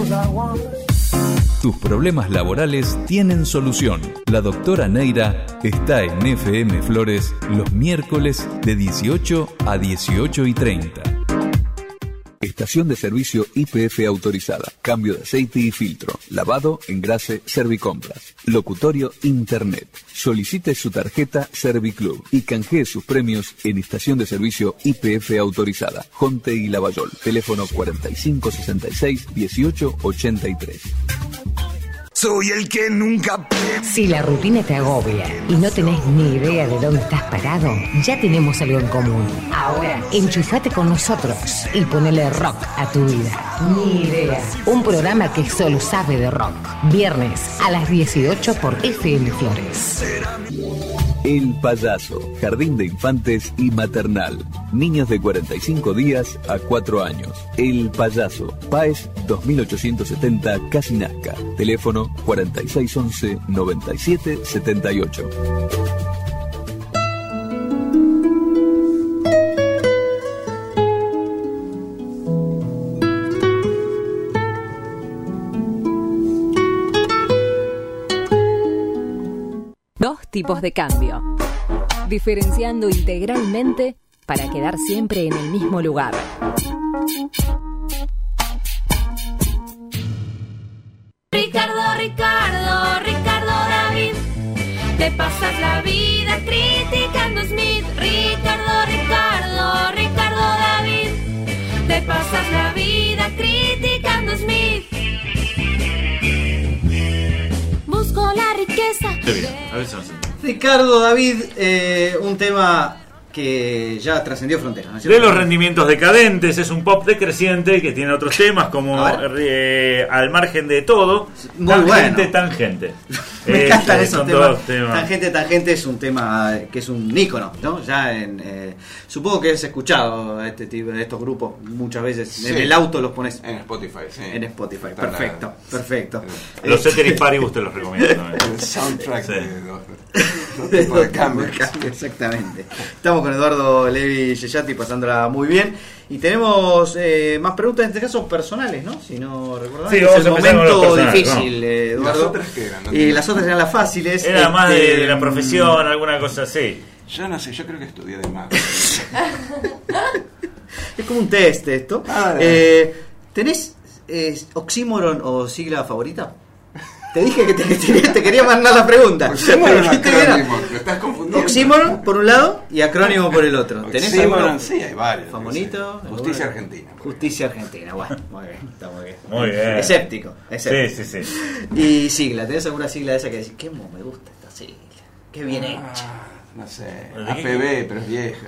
S9: Tus problemas laborales tienen solución. La doctora Neira está en FM Flores los miércoles de 18 a 18:30.
S8: Estación de servicio YPF autorizada. Cambio de aceite y filtro. Lavado, engrase, Servicompras. Locutorio Internet. Solicite su tarjeta Serviclub y canjee sus premios en estación de servicio YPF autorizada. Jonte y Lavallol. Teléfono 4566-1883.
S10: Soy el que nunca...
S11: Si la rutina te agobia y no tenés ni idea de dónde estás parado, ya tenemos algo en común. Ahora, enchufate con nosotros y ponele rock a tu vida. Ni idea. Un programa que solo sabe de rock. Viernes a las 18 por FM Flores.
S8: El Payaso, Jardín de Infantes y Maternal. Niños de 45 días a 4 años. El Payaso, Páez 2870 Casinasca. Teléfono 4611-9778.
S6: Dos tipos de cambio. Diferenciando integralmente para quedar siempre en el mismo lugar.
S12: Ricardo David, te pasas la vida criticando Smith. Ricardo David, te pasas la vida criticando Smith. Busco la riqueza.
S3: Ricardo David, un tema que ya trascendió fronteras, ¿no es
S4: de
S3: cierto?
S4: los rendimientos decadentes, es un pop decreciente que tiene otros temas como Al margen de todo.
S3: Muy bueno.
S4: Tangente.
S3: Me encantan esos temas.
S4: temas.
S3: Tangente es un tema que es un ícono, ¿no? Ya supongo que has escuchado este tipo de estos grupos muchas veces.
S5: Sí.
S3: En el auto los pones
S5: en Spotify, sí.
S3: En Spotify, perfecto.
S4: Los Ceteris Paribus te los recomiendo también.
S5: El soundtrack
S4: Sí.
S5: de dos tipos de cambios.
S3: Exactamente. Estamos con Eduardo Levi Yeyati pasándola muy bien. Y tenemos más preguntas, en este caso personales, ¿no? Si no recordás.
S4: Sí,
S3: es
S4: vamos
S3: el
S4: a empezar con
S3: momento
S4: los personales,
S3: difícil,
S4: ¿no?
S3: Eduardo.
S5: ¿Las otras qué eran? No
S3: Y las otras eran las fáciles.
S4: Era más de la profesión, alguna cosa así.
S5: Yo no sé, yo creo que estudié de más.
S3: Es como un test esto. ¿Tenés oxímoron o sigla favorita? Te dije que te quería mandar la pregunta.
S5: Oxímoron o
S3: ¿Qué te era?
S5: acrónimo, me estás confundiendo.
S3: Oxímoron por un lado y acrónimo por el otro. ¿Tenés
S5: Oxímoron,
S3: alguno?
S5: sí, hay varios.
S3: ¿Favorito?
S5: Justicia Argentina.
S3: Justicia Argentina, bueno, muy bien, está muy bien.
S4: Muy bien.
S3: Escéptico.
S4: Sí.
S3: Y sigla, ¿tenés alguna sigla de esa que decís, qué me gusta esta sigla? Qué bien hecha.
S5: No sé, APB, pero es vieja.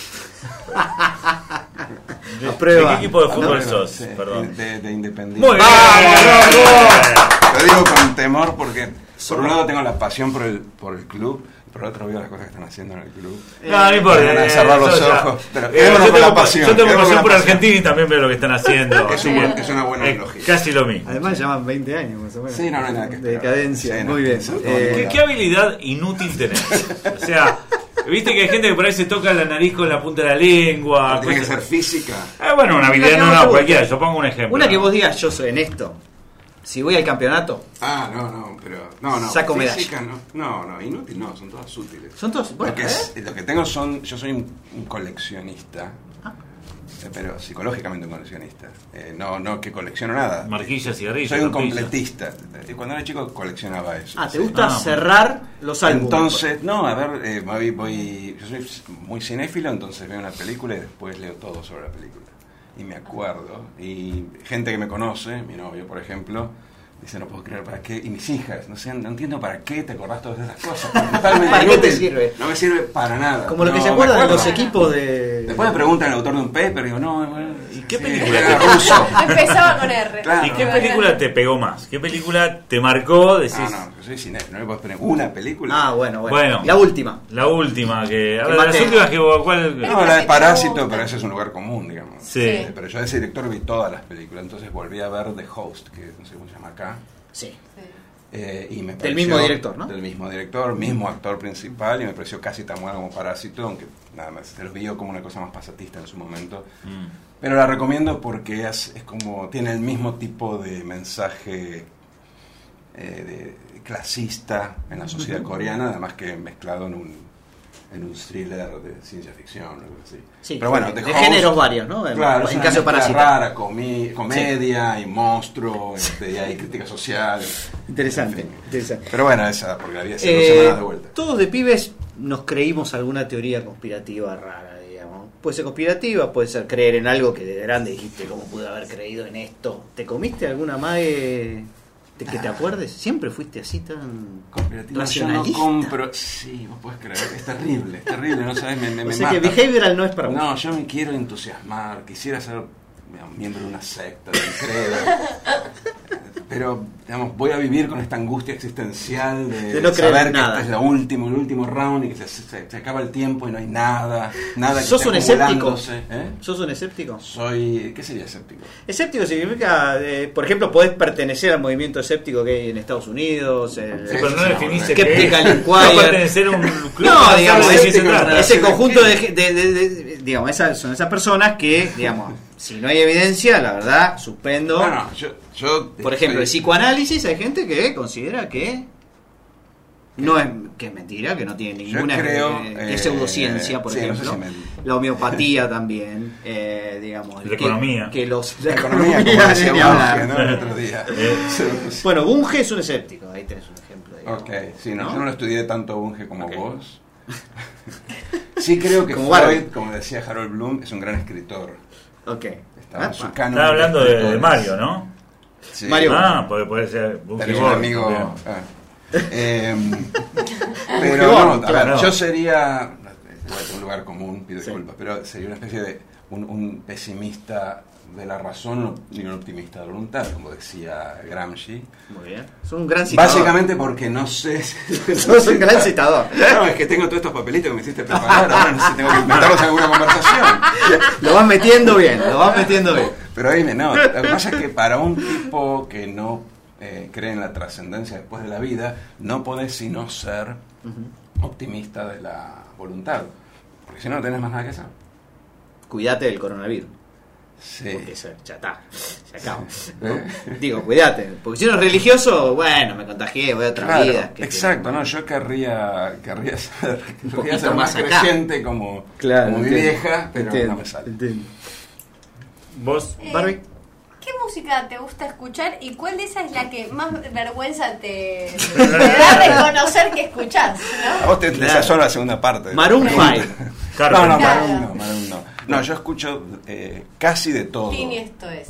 S4: ¿De
S3: Aprueba.
S4: qué equipo de fútbol sos?
S5: Sí,
S4: Perdón.
S5: de Independiente.
S4: Muy bien.
S5: Lo digo con temor porque por un lado tengo la pasión por el club, por el otro veo las cosas que están haciendo en el club.
S4: No importa.
S5: Van a cerrar los ojos. Pero quedémonos con la pasión.
S4: Yo tengo
S5: quedémonos
S4: pasión
S5: con
S4: por
S5: la pasión.
S4: Argentina y también veo lo que están haciendo.
S5: Es una buena lógica.
S4: Casi lo mismo.
S3: Además llevan 20 años más o menos.
S5: Sí, no hay nada que
S3: de
S5: esperar.
S3: decadencia,
S5: Sí,
S3: muy bien.
S4: ¿Qué habilidad inútil tenés? O sea, viste que hay gente que por ahí se toca la nariz con la punta de la lengua.
S5: Tiene que ser física.
S4: Bueno, una habilidad no, cualquiera. Yo pongo un ejemplo.
S3: Una que vos digas, yo soy en esto. Si voy al campeonato,
S5: pero no,
S3: saco
S5: física, no, inútil no, son todas útiles.
S3: Son todas, bueno,
S5: lo que tengo yo soy un coleccionista, pero psicológicamente un coleccionista. No que colecciono nada.
S4: Marquillas, cigarrillos.
S5: Soy un completista. Cuando era chico coleccionaba eso.
S3: ¿te gusta cerrar los álbumes?
S5: Entonces, yo soy muy cinéfilo, entonces veo una película y después leo todo sobre la película. Y me acuerdo, y gente que me conoce, mi novio por ejemplo, Dice, no puedo creer, ¿para qué? Y mis hijas, no sé, no entiendo para qué te acordás todas esas cosas. Totalmente
S3: ¿Para qué te sirve?
S5: No me sirve para nada.
S3: Como lo que se acuerdan de los equipos de...
S5: Después me preguntan el autor de un paper, digo, no, bueno,
S4: ¿Y qué
S5: sí,
S4: película
S5: era
S4: te
S5: ruso?
S2: Empezaba con R.
S5: Claro.
S4: ¿Y qué película te pegó más? ¿Qué película te marcó? Decís,
S5: No, yo soy cinéfilo, no le puedo poner una película.
S3: Bueno.
S4: Bueno.
S3: La última.
S4: La última, que... A ver,
S3: Que
S4: las
S3: mate.
S4: últimas que... ¿cuál?
S5: No, la de Parásito, pero ese es un lugar común, digamos.
S4: Sí.
S5: Pero yo de ese director vi todas las películas, entonces volví a ver The Host, que no sé cómo se llama acá.
S3: Sí.
S5: Y me
S3: Del mismo director, ¿no?
S5: Del mismo director, mismo actor principal, y me pareció casi tan buena como Parásito, aunque nada más, se los vi yo como una cosa más pasatista en su momento. Pero la recomiendo porque es como, tiene el mismo tipo de mensaje de clasista en la sociedad coreana, además que mezclado en un thriller de ciencia ficción o algo así.
S3: Sí,
S5: pero bueno,
S3: de
S5: The Host,
S3: géneros varios, ¿no?
S5: Claro,
S3: en caso de Parásito.
S5: rara, comedia y monstruo, y hay crítica social.
S3: Interesante,
S5: En fin.
S3: interesante.
S5: Pero bueno, esa, porque la vi hace 2 semanas de vuelta.
S3: Todos de pibes nos creímos alguna teoría conspirativa rara, digamos. Puede ser conspirativa, puede ser creer en algo que de grande dijiste, ¿cómo pude haber creído en esto? ¿Te comiste alguna mague que te acuerdes? ¿Siempre fuiste así tan racionalista?
S5: Yo no compro. Sí, vos podés creer. Es terrible, no sabes, me
S3: O sea
S5: mata.
S3: que behavioral no es para vos.
S5: No, yo me quiero entusiasmar, quisiera ser miembro de una secta, de un credo. Pero, digamos, voy a vivir con esta angustia existencial de
S3: no creer
S5: saber
S3: en
S5: que
S3: nada.
S5: este es el último round y que se acaba el tiempo y no hay nada que
S3: ¿Sos
S5: esté
S3: un escéptico?
S5: acumulándose, ¿eh?
S3: ¿Sos un escéptico?
S5: ¿Qué sería escéptico?
S3: Escéptico significa, por ejemplo, podés pertenecer al movimiento escéptico que hay en Estados Unidos.
S4: Pero no definiste
S3: Skeptical
S4: no
S3: Inquirer.
S4: pertenecer a un club.
S3: No, digamos,
S4: ¿de qué se trata?
S3: ese conjunto digamos, son esas personas que, digamos, si no hay evidencia, la verdad, suspendo.
S5: Bueno, yo
S3: por ejemplo, el psicoanálisis, hay gente que considera que no es, que es mentira, que no tiene ninguna que es pseudociencia, por ejemplo.
S5: No sé si
S3: la homeopatía también, digamos.
S4: La economía.
S3: La
S5: economía, como decía Bunge, ¿no? El otro día.
S3: Bueno, Bunge es un escéptico, ahí tenés un ejemplo. Digamos,
S5: Ok, sí,
S3: ¿no?
S5: yo no lo estudié tanto Bunge como vos. Sí creo que
S3: Como
S5: Freud,
S3: Barbie.
S5: como decía Harold Bloom, es un gran escritor.
S3: Ok.
S5: Estaba en su canon
S4: Estaba hablando de
S5: escritores.
S4: Mario, ¿no?
S5: Sí.
S3: Mario.
S4: Porque puede ser
S5: Tenés un amigo. Pero
S3: Bukibor,
S5: no,
S3: claro.
S5: yo sería, un lugar común, pido disculpas, pero sería una especie de un pesimista de la razón y un optimista de la voluntad, como decía Gramsci.
S3: Muy bien. Es un gran citador.
S5: Básicamente porque no sé.
S3: Sos un gran citador.
S5: No, es que tengo todos estos papelitos que me hiciste preparar, ahora no sé si tengo que inventarlos en alguna conversación.
S3: Lo vas metiendo bien,
S5: Pero dime, no, lo que pasa es que para un tipo que no cree en la trascendencia después de la vida, no podés sino ser optimista de la voluntad, porque si no, no tenés más nada que hacer.
S3: Cuídate del coronavirus.
S5: Sí.
S3: Porque eso ya está, se acaba, ¿no? Digo, cuídate, porque si uno es religioso, bueno, me contagié, voy a otra
S5: Claro,
S3: vida.
S5: exacto, no, yo querría ser
S3: más
S5: más
S3: acá.
S5: creyente como,
S3: Claro,
S5: como mi
S3: entiendo,
S5: vieja, pero
S3: entiendo,
S5: no me sale.
S4: ¿Vos,
S3: Barbie?
S2: ¿Qué música te gusta escuchar y cuál de esas es la que más vergüenza te da reconocer que escuchás?
S5: A vos te desazona la segunda parte.
S3: Maroon 5.
S5: No, Maroon no. No, yo escucho casi de todo.
S2: ¿Quién esto es?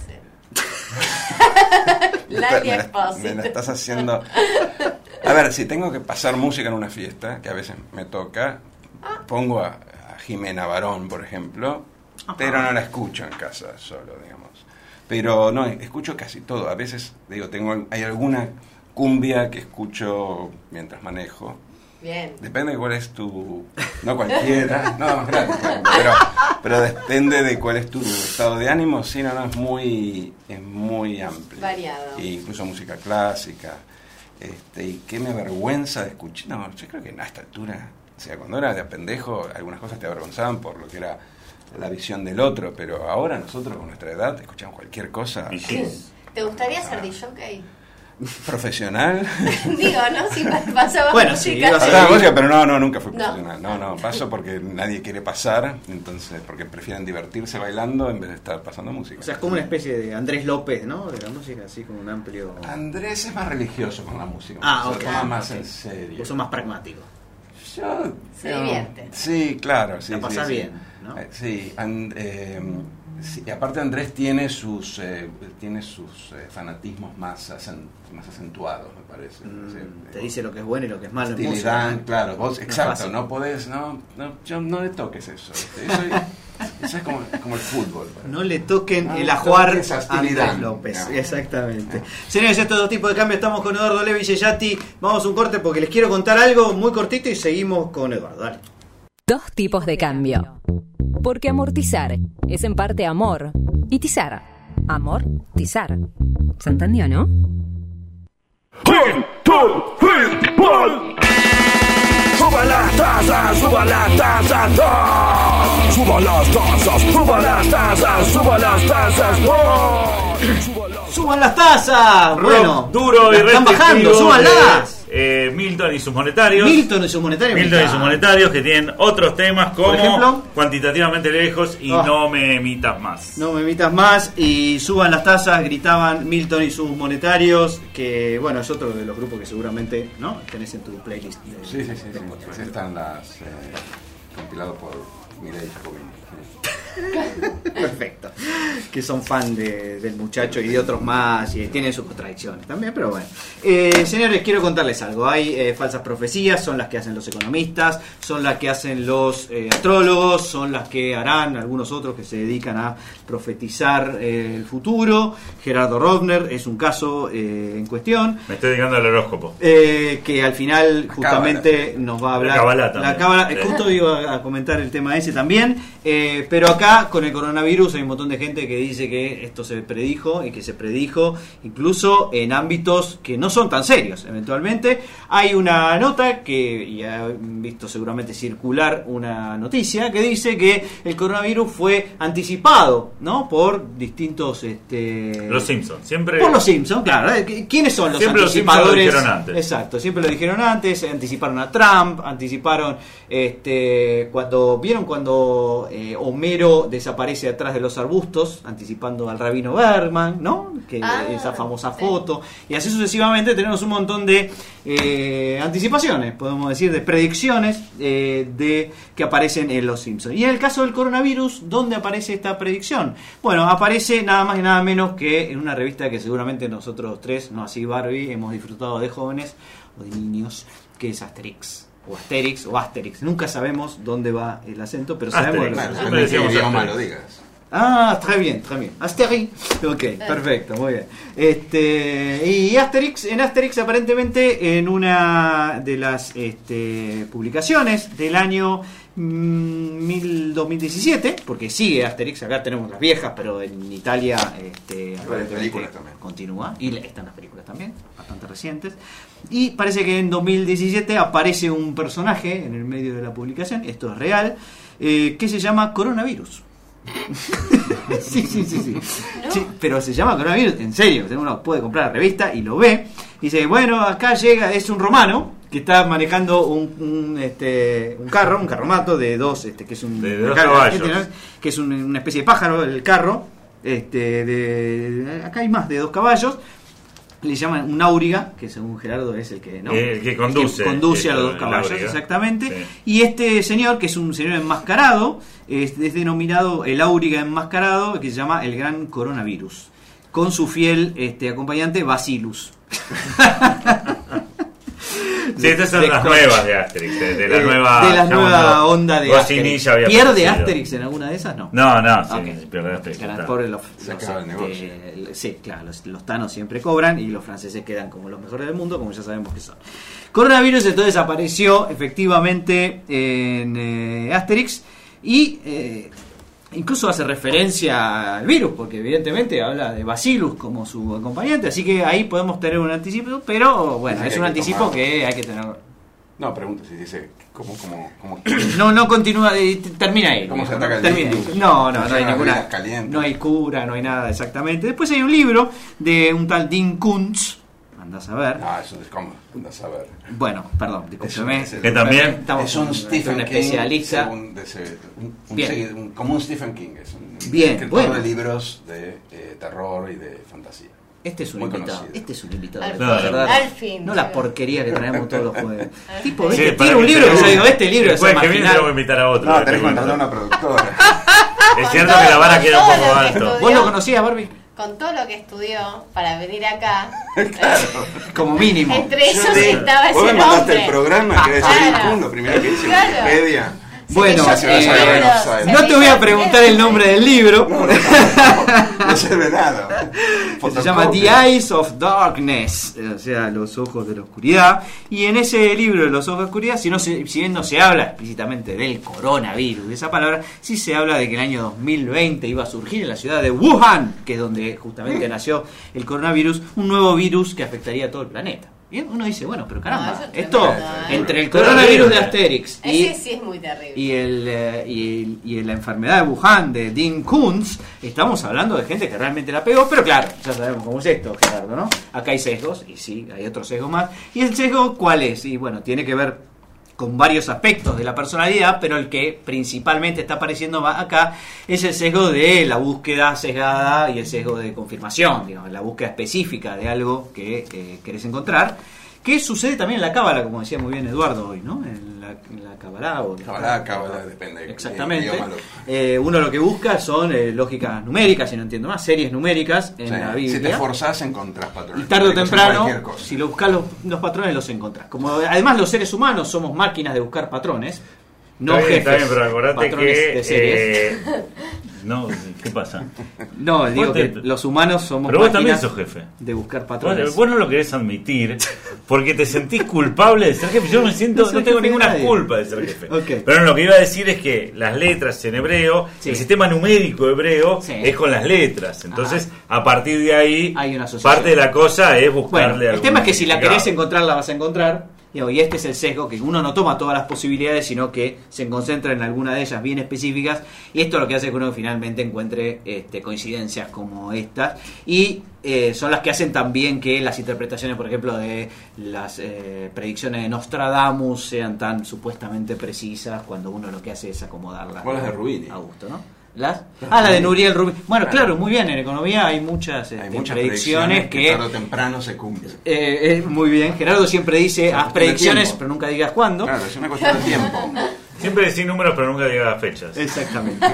S5: Me la estás haciendo. A ver, si tengo que pasar música en una fiesta, que a veces me toca, pongo a Jimena Barón, por ejemplo, pero no la escucho en casa solo, digamos. Pero no, escucho casi todo. A veces, digo, hay alguna cumbia que escucho mientras manejo.
S2: Bien.
S5: Depende de cuál es tu... No cualquiera, no, más gratis, pero depende de cuál es tu estado de ánimo. Sí, no, es muy amplio.
S2: Variado.
S5: E incluso música clásica. Y qué me avergüenza de escuchar. No, yo creo que a esta altura, o sea, cuando era de pendejo, algunas cosas te avergonzaban por lo que era la visión del otro, pero ahora nosotros con nuestra edad escuchamos cualquier cosa.
S2: ¿Te gustaría ser DJ?
S5: ¿Profesional?
S2: Digo, ¿no? Si pasaba
S3: bueno, sí,
S2: música.
S5: Pasaba música, pero no, nunca fui
S2: No.
S5: profesional. No, paso porque nadie quiere pasar, entonces porque prefieren divertirse bailando en vez de estar pasando música.
S3: O sea, es como una especie de Andrés López, ¿no? De la música, así como un amplio...
S5: Andrés es más religioso con la música.
S3: Ah,
S5: se
S3: ok.
S5: lo toma más
S3: Ok.
S5: en serio.
S3: Vos sos más pragmático.
S5: Yo
S2: Se divierte.
S5: Sí, claro. Sí,
S3: La pasás
S5: sí,
S3: bien, ¿no?
S5: Sí, Sí, y aparte Andrés tiene sus fanatismos más acentuados, me parece.
S3: Te dice lo que es bueno y lo que es malo.
S5: Hostilidad, claro, vos, exacto, no podés, yo no le toques eso. Eso es como el fútbol.
S3: No le toquen el ajuar a Andrés López.
S5: No.
S3: Exactamente. Señores, estos dos tipos de cambio, estamos con Eduardo Levi y Yeyati. Vamos a un corte porque les quiero contar algo muy cortito y seguimos con Eduardo. Dale.
S6: Dos tipos de cambio. Porque amortizar es en parte amor y tizar. Amor, tizar. ¿Se entendió, no?
S10: Suban las tasas, suban las tasas, ¡oh! Suban las tasas, suban las tasas, suban las tasas, ¡oh!
S3: ¡Suban las tasas! Bueno,
S4: duro y
S3: están bajando, súbanlas.
S4: Milton y sus monetarios.
S3: Milton y sus monetarios
S4: que tienen otros temas como
S3: por ejemplo,
S4: cuantitativamente lejos y no me emitas más.
S3: No me emitas más y suban las tasas, gritaban Milton y sus monetarios, que bueno, es otro de los grupos que seguramente no tenés en tu playlist.
S5: Sí. Están las compilados por Mireille Jacobini.
S3: Perfecto. Que son fan del muchacho y de otros más y tienen sus contradicciones también, pero bueno. Señores, quiero contarles algo. Hay falsas profecías, son las que hacen los economistas, son las que hacen los astrólogos, son las que harán algunos otros que se dedican a profetizar el futuro. Gerardo Rovner es un caso en cuestión.
S4: Me estoy dedicando al horóscopo.
S3: Que al final justamente
S4: Cábala.
S3: Nos va a hablar.
S4: La Cábala.
S3: Justo iba a comentar el tema ese también. Pero acá con el coronavirus hay un montón de gente que dice que esto se predijo y que se predijo incluso en ámbitos que no son tan serios. Eventualmente hay una nota que ya han visto seguramente circular una noticia que dice que el coronavirus fue anticipado, ¿no? Por distintos
S4: los Simpsons, siempre
S3: por los Simpsons, claro. ¿Quiénes son los
S4: siempre
S3: anticipadores?
S4: Los Simpsons lo dijeron antes.
S3: Exacto, siempre lo dijeron antes, anticiparon a Trump, anticiparon cuando Homero desaparece atrás de los arbustos, anticipando al rabino Bergman, ¿no? Que esa famosa foto, y así sucesivamente tenemos un montón de anticipaciones, podemos decir, de predicciones de que aparecen en los Simpsons. Y en el caso del coronavirus, ¿dónde aparece esta predicción? Bueno, aparece nada más y nada menos que en una revista que seguramente nosotros tres, no así Barbie, hemos disfrutado de jóvenes o de niños, que es Asterix. O Asterix, nunca sabemos dónde va el acento, pero sabemos
S5: que idioma lo digas.
S3: Très bien. Asterix. Ok, perfecto, muy bien. Y en Asterix aparentemente en una de las publicaciones del año 2017, porque sigue Asterix, acá tenemos las viejas, pero en Italia
S5: películas también
S3: continúa, y están las películas también, bastante recientes. Y parece que en 2017 aparece un personaje en el medio de la publicación, esto es real, que se llama Coronavirus. Sí. ¿No? Sí, pero se llama Coronavirus, en serio. Uno puede comprar la revista y lo ve. Dice, bueno, acá llega, es un romano que está manejando un carromato de dos, que es un
S4: de dos caballos,
S3: que es una especie de pájaro, el carro. Acá hay más de 2 caballos. Le llaman un áuriga, que según Gerardo es el que conduce a los 2 caballos, exactamente. Sí. Y este señor, que es un señor enmascarado, es denominado el áuriga enmascarado, que se llama el gran coronavirus, con su fiel acompañante Bacillus.
S4: Sí, estas son las nuevas de Asterix, de la nueva
S3: onda de Asterix. ¿Pierde Asterix en alguna de esas? No,
S4: sí, pierde Asterix.
S3: Sí, claro, los tanos siempre cobran y los franceses quedan como los mejores del mundo, como ya sabemos que son. Coronavirus entonces apareció efectivamente en Asterix y incluso hace referencia al virus, porque evidentemente habla de Bacillus como su acompañante, así que ahí podemos tener un anticipo, pero bueno, es un anticipo que hay que tener.
S5: No, pregunto si dice cómo
S3: no continúa, termina ahí.
S5: ¿Cómo se ataca el virus?
S3: No hay ninguna, no hay cura, no hay nada exactamente. Después hay un libro de un tal Dean Koontz. Andás a ver.
S5: No, eso es como andás a ver.
S3: Bueno, perdón, discúlpeme.
S4: Que también
S3: estamos
S5: es un Stephen
S3: especialista.
S5: Como un Stephen King. Es un
S3: escritor
S5: de libros de terror y de fantasía.
S3: Este es un invitado. Este es un invitado.
S2: Al fin.
S3: No la porquería que traemos todos los jueves. Tipo, tiene un libro que yo digo, este libro
S4: después que viene tengo que invitar a otro.
S5: No, tenés que contratar a una productora.
S4: Es cierto que la vara queda un poco alto.
S3: ¿Vos lo conocías, Barbie?
S2: Con todo lo que estudió para venir acá,
S3: como mínimo.
S2: Entre ellos estaba ese
S5: Vos me
S2: nombre.
S5: mandaste el programa, que debe ser lo primero que hice en Wikipedia.
S3: Bueno,
S5: no
S3: te voy a preguntar el nombre del libro.
S5: No sirve nada.
S3: Se llama The Eyes of Darkness, o sea, los ojos de la oscuridad. Y en ese libro de los ojos de la oscuridad, si bien no se habla explícitamente del coronavirus, de esa palabra, sí se habla de que el año 2020 iba a surgir en la ciudad de Wuhan, que es donde justamente nació el coronavirus, un nuevo virus que afectaría a todo el planeta. Bien, uno dice, bueno, pero caramba, esto entre el coronavirus de Asterix
S2: ese sí es muy terrible.
S3: y la enfermedad de Wuhan de Dean Koontz, estamos hablando de gente que realmente la pegó, pero claro, ya sabemos cómo es esto, Gerardo, ¿no? Acá hay sesgos, y sí, hay otros sesgos más. ¿Y el sesgo cuál es? Y bueno, tiene que ver con varios aspectos de la personalidad, pero el que principalmente está apareciendo acá es el sesgo de la búsqueda sesgada y el sesgo de confirmación, digamos, la búsqueda específica de algo que querés encontrar, que sucede también en la cábala, como decía muy bien Eduardo hoy, ¿no? En la cábala o
S5: cábala, depende.
S3: Exactamente. Uno lo que busca son lógicas numéricas, si no entiendo más, series numéricas en la Biblia.
S5: Si te esforzás, encontrás patrones.
S3: Y tarde o temprano, si lo buscas los patrones, los encontrás. Como además los seres humanos somos máquinas de buscar patrones, no jefes.
S4: Está bien, pero acordate
S3: patrones
S4: que
S3: de series.
S4: no, ¿qué pasa?
S3: No, digo que los humanos somos
S4: pero vos
S3: máquinas
S4: también sos jefe
S3: de buscar patrones.
S4: Vos no lo querés admitir porque te sentís culpable de ser jefe. Yo me siento, no tengo ninguna culpa de ser jefe.
S3: Okay.
S4: Pero lo que iba a decir es que las letras en hebreo, el sistema numérico hebreo es con las letras. Entonces, a partir de ahí,
S3: hay una asociación.
S4: Parte de la cosa es buscarle
S3: bueno, el tema es que si la querés encontrar, la vas a encontrar. Y este es el sesgo, que uno no toma todas las posibilidades, sino que se concentra en alguna de ellas bien específicas, y esto lo que hace que uno finalmente encuentre coincidencias como estas, y son las que hacen también que las interpretaciones, por ejemplo, de las predicciones de Nostradamus sean tan supuestamente precisas, cuando uno lo que hace es acomodarlas
S5: de Rubini
S3: a gusto, ¿no? La de Nuriel Rubin. Bueno, claro, muy bien, en economía hay muchas predicciones que
S5: tarde o temprano se cumplen.
S3: Muy bien, Gerardo siempre dice, haz predicciones, pero nunca digas cuándo.
S5: Claro, es una cuestión de tiempo.
S4: Siempre decís números, pero nunca digas fechas.
S3: Exactamente.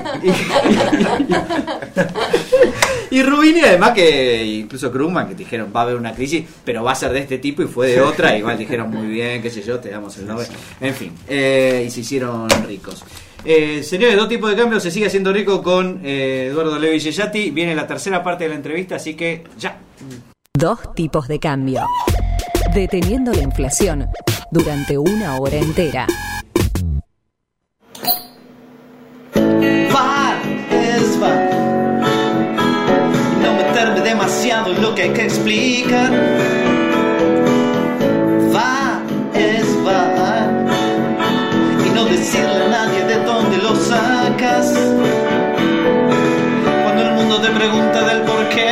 S3: Y Rubini, además, que incluso Krugman, que dijeron, va a haber una crisis, pero va a ser de este tipo, y fue de otra, igual dijeron, muy bien, qué sé yo, te damos el Nobel. En fin, y se hicieron ricos. Señores, dos tipos de cambios, se sigue haciendo rico con Eduardo Levi Yeyati. Viene la tercera parte de la entrevista, así que ya.
S6: Dos tipos de cambio. Deteniendo la inflación durante una hora entera.
S13: VAR es VAR. No meterme demasiado en lo que hay que explicar. VAR es VAR. Y no decirle a nadie de dónde lo sacas. Cuando el mundo te pregunta del por qué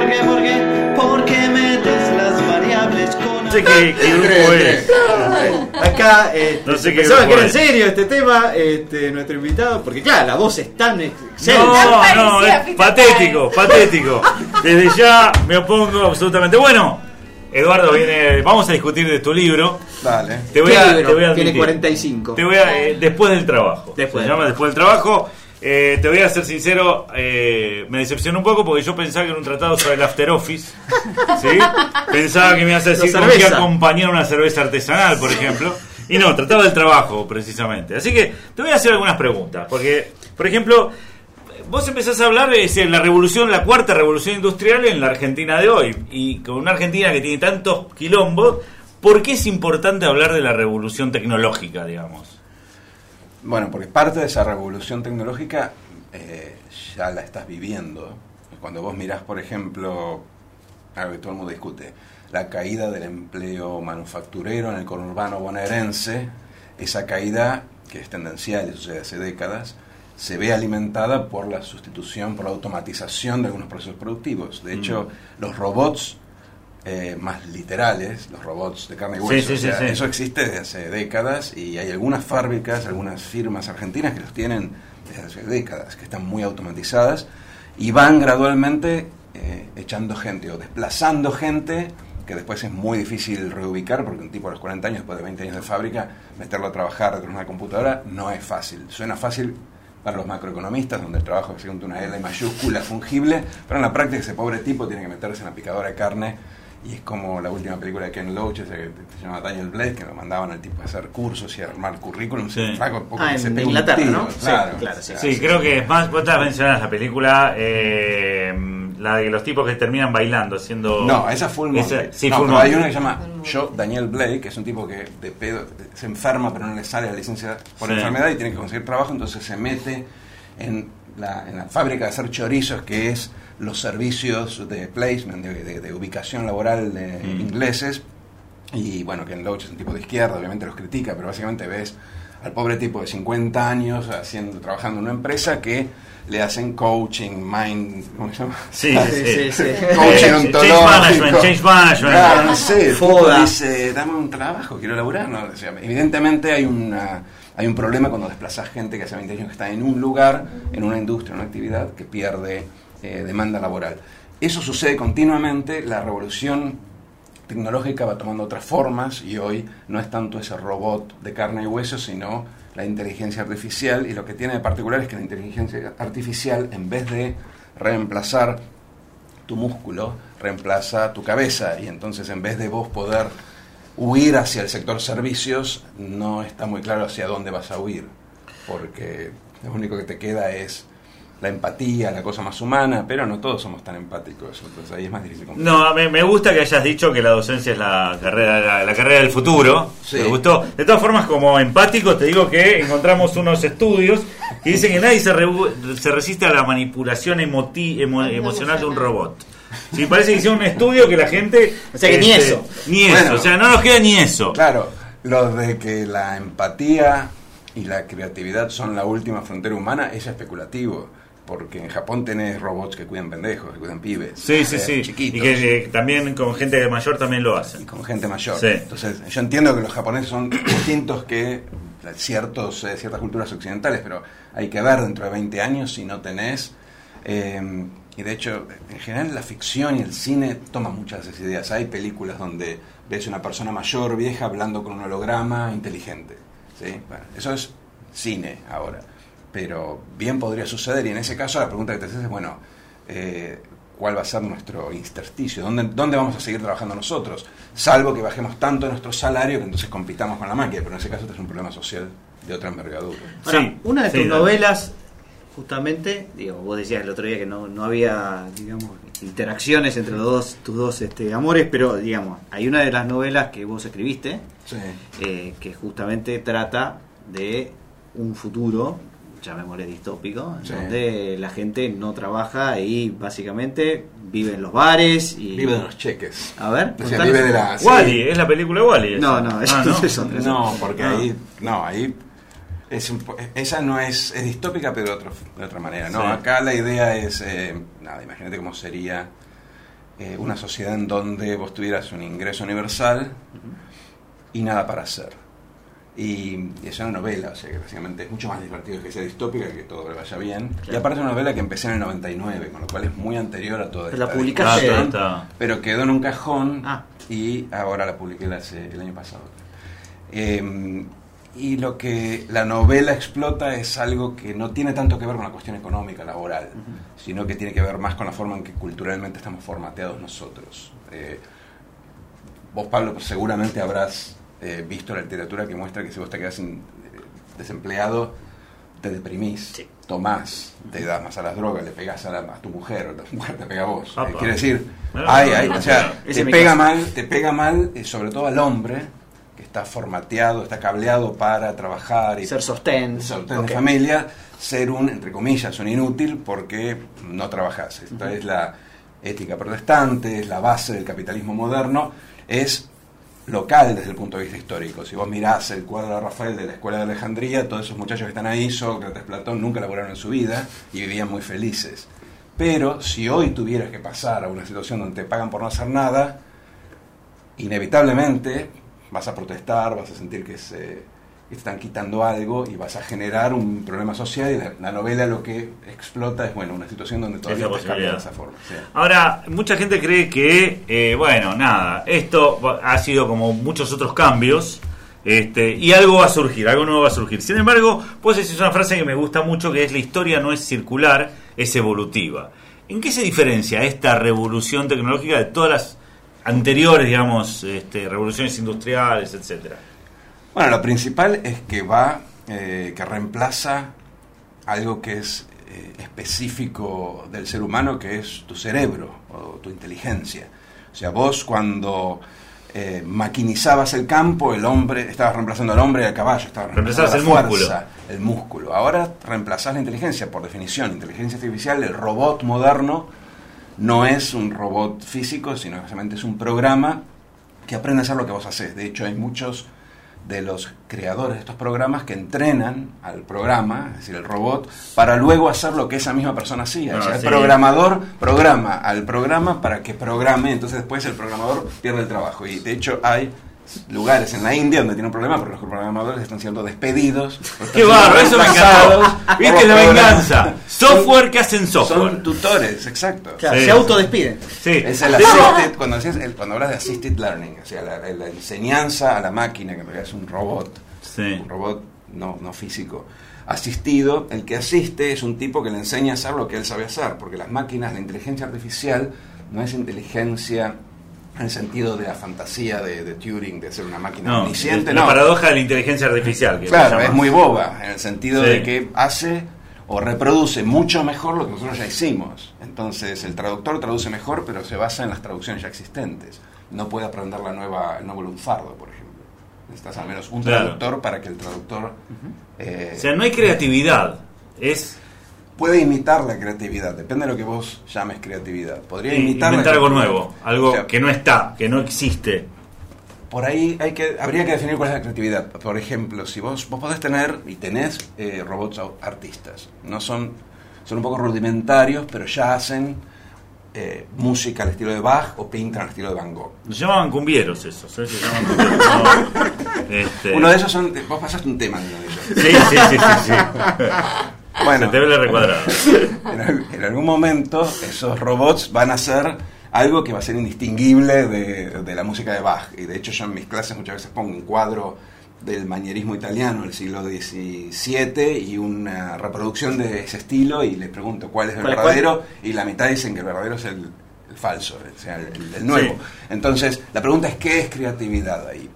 S13: metes las variables con...
S4: No sé qué grupo es.
S3: Acá
S4: no sé qué
S3: pensaba que era en
S4: es.
S3: serio este tema, nuestro invitado, porque claro, la voz es tan excelente.
S4: No, es patético. Desde ya me opongo absolutamente. Bueno, Eduardo, vamos a discutir de tu libro.
S5: Dale.
S3: Te voy a admitir.
S4: Tiene
S3: 45.
S4: Después del trabajo. Se llama Después del trabajo. Te voy a ser sincero, me decepcionó un poco porque yo pensaba que era un tratado sobre el after office, ¿sí? Pensaba que me ibas a decir con qué acompañar una cerveza artesanal, por ejemplo, y no, trataba del trabajo precisamente. Así que te voy a hacer algunas preguntas, porque, por ejemplo, vos empezás a hablar de la cuarta revolución industrial en la Argentina de hoy, y con una Argentina que tiene tantos quilombos, ¿por qué es importante hablar de la revolución tecnológica, digamos?
S5: Bueno, porque parte de esa revolución tecnológica ya la estás viviendo. Cuando vos mirás, por ejemplo, algo que todo el mundo discute, la caída del empleo manufacturero en el conurbano bonaerense, esa caída, que es tendencial y sucede hace décadas, se ve alimentada por la sustitución, por la automatización de algunos procesos productivos. De hecho, los robots más literales, los robots de carne y hueso, eso existe desde hace décadas, y hay algunas fábricas, algunas firmas argentinas que los tienen desde hace décadas, que están muy automatizadas y van gradualmente echando gente o desplazando gente que después es muy difícil reubicar, porque un tipo a los 40 años, después de 20 años de fábrica, meterlo a trabajar detrás de una computadora no es fácil. Suena fácil para los macroeconomistas, donde el trabajo es una L mayúscula fungible, pero en la práctica ese pobre tipo tiene que meterse en la picadora de carne, y es como la última película de Ken Loach, ese que se llama Daniel Blake, que lo mandaban al tipo a hacer cursos y a armar currículum.
S3: Sí.
S5: En
S3: Inglaterra, ¿no?
S5: Claro,
S4: sí, creo que es más, vos te mencionas la película, la de los tipos que terminan bailando, haciendo...
S5: No, esa Full Monty.
S4: Sí,
S5: no,
S4: Full
S5: pero
S4: Monty.
S5: hay una que se llama Daniel Blake, que es un tipo que de pedo se enferma, pero no le sale la licencia por enfermedad y tiene que conseguir trabajo, entonces se mete en la fábrica de hacer chorizos, que es los servicios de placement, de ubicación laboral de ingleses. Y bueno, Ken Loach es un tipo de izquierda, obviamente los critica, pero básicamente ves al pobre tipo de 50 años trabajando en una empresa que le hacen coaching, ¿cómo se llama?
S4: Sí.
S5: Coaching ontológico.
S4: Change management.
S5: Claro, no sé, el tipo dice, dame un trabajo, quiero laburar, ¿no? O sea, evidentemente hay un problema cuando desplazas gente que hace 20 años que está en un lugar, en una industria, en una actividad, que pierde demanda laboral. Eso sucede continuamente, la revolución tecnológica va tomando otras formas y hoy no es tanto ese robot de carne y hueso, sino la inteligencia artificial, y lo que tiene de particular es que la inteligencia artificial, en vez de reemplazar tu músculo, reemplaza tu cabeza, y entonces en vez de vos poder huir hacia el sector servicios, no está muy claro hacia dónde vas a huir, porque lo único que te queda es la empatía, la cosa más humana, pero no todos somos tan empáticos, entonces ahí es más difícil.
S4: No, me gusta que hayas dicho que la docencia es la carrera del futuro.
S5: Sí.
S4: Me gustó. De todas formas, como empático, te digo que encontramos unos estudios que dicen que nadie se resiste a la manipulación emocional de un robot. Sí, parece que hicieron un estudio que la gente...
S3: O sea que ni eso.
S4: Bueno, o sea, no nos queda ni eso.
S5: Claro, lo de que la empatía y la creatividad son la última frontera humana es especulativo. Porque en Japón tenés robots que cuidan pendejos, que cuidan pibes.
S4: Sí.
S5: Chiquitos.
S4: Y que también con gente mayor también lo hacen.
S5: Y con gente mayor.
S4: Sí.
S5: Entonces, yo entiendo que los japoneses son distintos que ciertas culturas occidentales, pero hay que ver dentro de 20 años si no tenés... y de hecho, en general la ficción y el cine toman muchas de esas ideas. Hay películas donde ves una persona mayor, vieja, hablando con un holograma inteligente. ¿Sí? Bueno, eso es cine ahora. Pero bien podría suceder, y en ese caso la pregunta que te haces es, bueno, ¿cuál va a ser nuestro intersticio? ¿Dónde vamos a seguir trabajando nosotros? Salvo que bajemos tanto nuestro salario que entonces compitamos con la máquina, pero en ese caso este es un problema social de otra envergadura.
S3: Ahora, una de tus novelas, justamente, vos decías el otro día que no había, digamos, interacciones entre tus dos amores, pero, digamos, hay una de las novelas que vos escribiste, que justamente trata de un futuro, llamémosle distópico, donde la gente no trabaja y básicamente vive en los bares y
S5: vive de los cheques.
S3: A ver,
S5: vive de la
S4: Wall-E, es la película Wall-E.
S3: No, es otra.
S5: No, porque ahí esa no es distópica, pero de otra manera. No, acá la idea es imagínate cómo sería una sociedad en donde vos tuvieras un ingreso universal y nada para hacer. Y es una novela, o sea que básicamente es mucho más divertido que sea distópica, que todo le vaya bien. Claro. Y aparte es una novela que empecé en el 99, con lo cual es muy anterior a toda esta
S3: la publicaste,
S5: pero quedó en un cajón y ahora la publiqué el año pasado. Y lo que la novela explota es algo que no tiene tanto que ver con la cuestión económica, laboral, sino que tiene que ver más con la forma en que culturalmente estamos formateados nosotros. Vos, Pablo, pues seguramente habrás visto la literatura que muestra que si vos te quedás desempleado, te deprimís, tomás, te das más a las drogas, le pegás a tu mujer, o la mujer te pega a vos. Quiere decir, o sea, te pega mal, sobre todo al hombre, que está formateado, está cableado para trabajar y
S3: ser sostén
S5: de familia, ser entre comillas, un inútil porque no trabajás. Esta es la ética protestante, es la base del capitalismo moderno, es local desde el punto de vista histórico. Si vos mirás el cuadro de Rafael de la Escuela de Alejandría, todos esos muchachos que están ahí, Sócrates, Platón, nunca laburaron en su vida y vivían muy felices. Pero si hoy tuvieras que pasar a una situación donde te pagan por no hacer nada, inevitablemente vas a protestar, vas a sentir que te están quitando algo y vas a generar un problema social, y la novela lo que explota es una situación donde todavía te cambia de esa forma. Sí.
S4: Ahora, mucha gente cree que esto ha sido como muchos otros cambios, Y algo va a surgir, algo nuevo va a surgir. Sin embargo, pues es una frase que me gusta mucho, que es: la historia no es circular, es evolutiva. ¿En qué se diferencia esta revolución tecnológica de todas las anteriores, digamos, revoluciones industriales, etcétera?
S5: Bueno, lo principal es que que reemplaza algo que es específico del ser humano, que es tu cerebro o tu inteligencia. O sea, vos cuando maquinizabas el campo, estabas reemplazando al hombre y al caballo, estabas reemplazando la fuerza, el músculo. Ahora reemplazás la inteligencia, por definición. Inteligencia artificial, el robot moderno no es un robot físico, sino que es un programa que aprende a hacer lo que vos hacés. De hecho, hay muchos de los creadores de estos programas que entrenan al programa, es decir, el robot, para luego hacer lo que esa misma persona hacía. O sea, el programador programa al programa para que programe, entonces después el programador pierde el trabajo. Y de hecho hay lugares en la India donde tiene un problema porque los programadores están siendo despedidos.
S4: ¡Qué barro! Eso me encantó. ¿Viste la venganza? Software que hacen software.
S5: Son tutores, exacto.
S3: Claro, se autodespiden.
S5: Sí. Es el assisted, cuando hablas de assisted learning, o sea, la enseñanza a la máquina, que en realidad es un robot.
S4: Sí.
S5: Un robot no físico. Asistido, el que asiste es un tipo que le enseña a hacer lo que él sabe hacer, porque las máquinas, la inteligencia artificial no es inteligencia en el sentido de la fantasía de Turing, de ser una máquina omnisciente.
S4: La paradoja de la inteligencia artificial.
S5: Claro, es muy boba, en el sentido de que hace o reproduce mucho mejor lo que nosotros ya hicimos. Entonces, el traductor traduce mejor, pero se basa en las traducciones ya existentes. No puede aprender el nuevo lunfardo, por ejemplo. Necesitas al menos un traductor para que el traductor...
S4: o sea, no hay creatividad,
S5: Puede imitar la creatividad, depende de lo que vos llames creatividad. Podría imitar
S4: algo nuevo, algo que no está, que no existe.
S5: Por ahí habría que definir cuál es la creatividad. Por ejemplo, si vos podés tener, y tenés robots artistas, son un poco rudimentarios, pero ya hacen música al estilo de Bach o pintan al estilo de Van Gogh.
S4: Los llamaban cumbieros esos, se llaman cumbieros.
S5: Uno de esos vos pasaste un tema de uno de
S4: ellos. Sí.
S5: Bueno,
S4: se te ve la recuadrada.
S5: En algún momento esos robots van a ser algo que va a ser indistinguible de la música de Bach. Y de hecho yo en mis clases muchas veces pongo un cuadro del manierismo italiano del siglo XVII y una reproducción de ese estilo y les pregunto cuál es el verdadero, y la mitad dicen que el verdadero es el falso, o sea, el nuevo. Sí. Entonces la pregunta es ¿qué es creatividad ahí?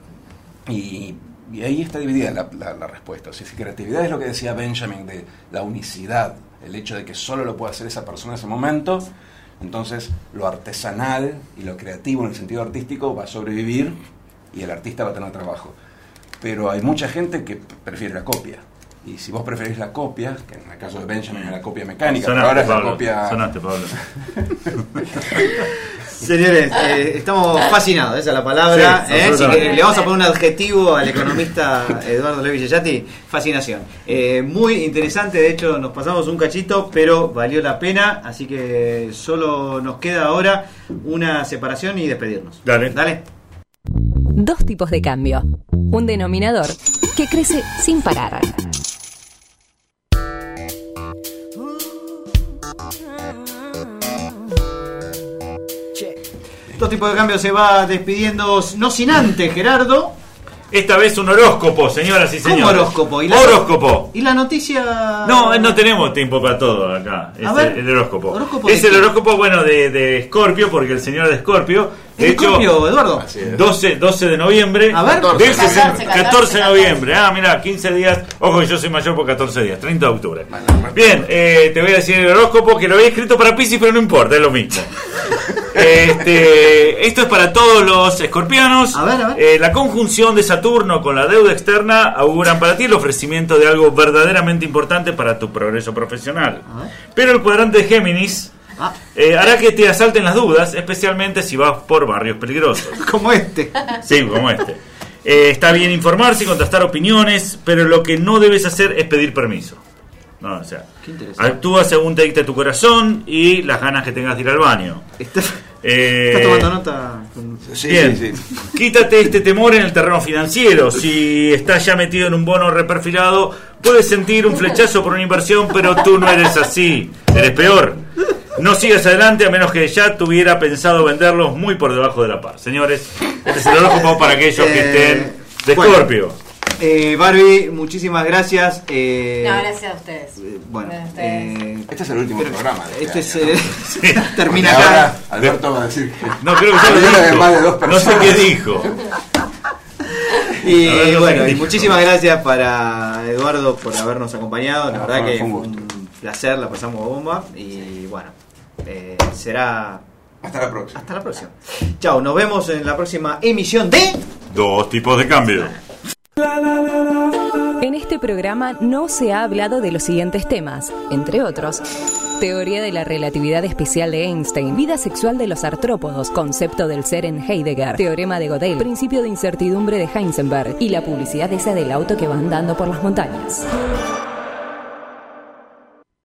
S5: Y ahí está dividida la respuesta. O sea, si creatividad es lo que decía Benjamin de la unicidad, el hecho de que solo lo puede hacer esa persona en ese momento, entonces lo artesanal y lo creativo en el sentido artístico va a sobrevivir y el artista va a tener trabajo. Pero hay mucha gente que prefiere la copia. Y si vos preferís la copia, que en el caso de Benjamin es la copia mecánica, pero ahora es la copia...
S4: Sonaste, Pablo.
S3: Señores, estamos fascinados, esa es la palabra. Sí, le vamos a poner un adjetivo al economista Eduardo Levi Yayati: fascinación. Muy interesante, de hecho nos pasamos un cachito, pero valió la pena, así que solo nos queda ahora una separación y despedirnos. Dale.
S6: Dos tipos de cambio. Un denominador que crece sin parar.
S3: Dos tipos de cambio se va despidiendo, no sin antes, Gerardo.
S4: Esta vez un horóscopo, señoras y señores.
S3: ¿Cómo horóscopo?
S4: Horóscopo.
S3: ¿Y la noticia?
S4: No tenemos tiempo para todo acá. Es el horóscopo. Es el horóscopo, de Escorpio, porque el señor de Escorpio. De hecho,
S3: Escorpio, Eduardo.
S4: 12 de noviembre.
S3: A ver,
S4: 14 de noviembre. Mira, 15 días. Ojo que yo soy mayor por 14 días. 30 de octubre. Bien, te voy a decir el horóscopo que lo había escrito para Piscis, pero no importa, es lo mismo. Esto es para todos los escorpianos.
S3: A ver.
S4: La conjunción de Saturno con la deuda externa auguran para ti el ofrecimiento de algo verdaderamente importante para tu progreso profesional. Pero el cuadrante de Géminis hará que te asalten las dudas, especialmente si vas por barrios peligrosos.
S3: Como este.
S4: Sí, como este. Está bien informarse y contrastar opiniones, pero lo que no debes hacer es pedir permiso. No, o sea, actúa según te dicta tu corazón y las ganas que tengas de ir al baño.
S3: ¿Estás tomando nota?
S4: Bien. Sí. Quítate este temor en el terreno financiero. Si estás ya metido en un bono reperfilado, puedes sentir un flechazo por una inversión, pero tú no eres así. Eres peor. No sigas adelante a menos que ya tuviera pensado venderlos muy por debajo de la par. Señores, este es el horóscopo para aquellos que estén de Scorpio.
S3: Barbie, muchísimas gracias.
S2: No, gracias a ustedes.
S3: Bueno,
S5: este es el último programa.
S3: Termina
S5: acá.
S3: Ahora
S5: Alberto va a decir que.
S4: No, creo que ya lo dijo.
S5: Más de 2 personas.
S4: No sé qué dijo.
S3: Y bueno, y muchísimas gracias para Eduardo por habernos acompañado. La verdad que fue un placer, la pasamos bomba. Y bueno, será.
S5: Hasta la próxima.
S3: Hasta la próxima. Chao, nos vemos en la próxima emisión de
S4: Dos tipos de cambio.
S6: En este programa no se ha hablado de los siguientes temas, entre otros: teoría de la relatividad especial de Einstein, vida sexual de los artrópodos, concepto del ser en Heidegger, teorema de Gödel, principio de incertidumbre de Heisenberg y la publicidad esa del auto que va andando por las montañas.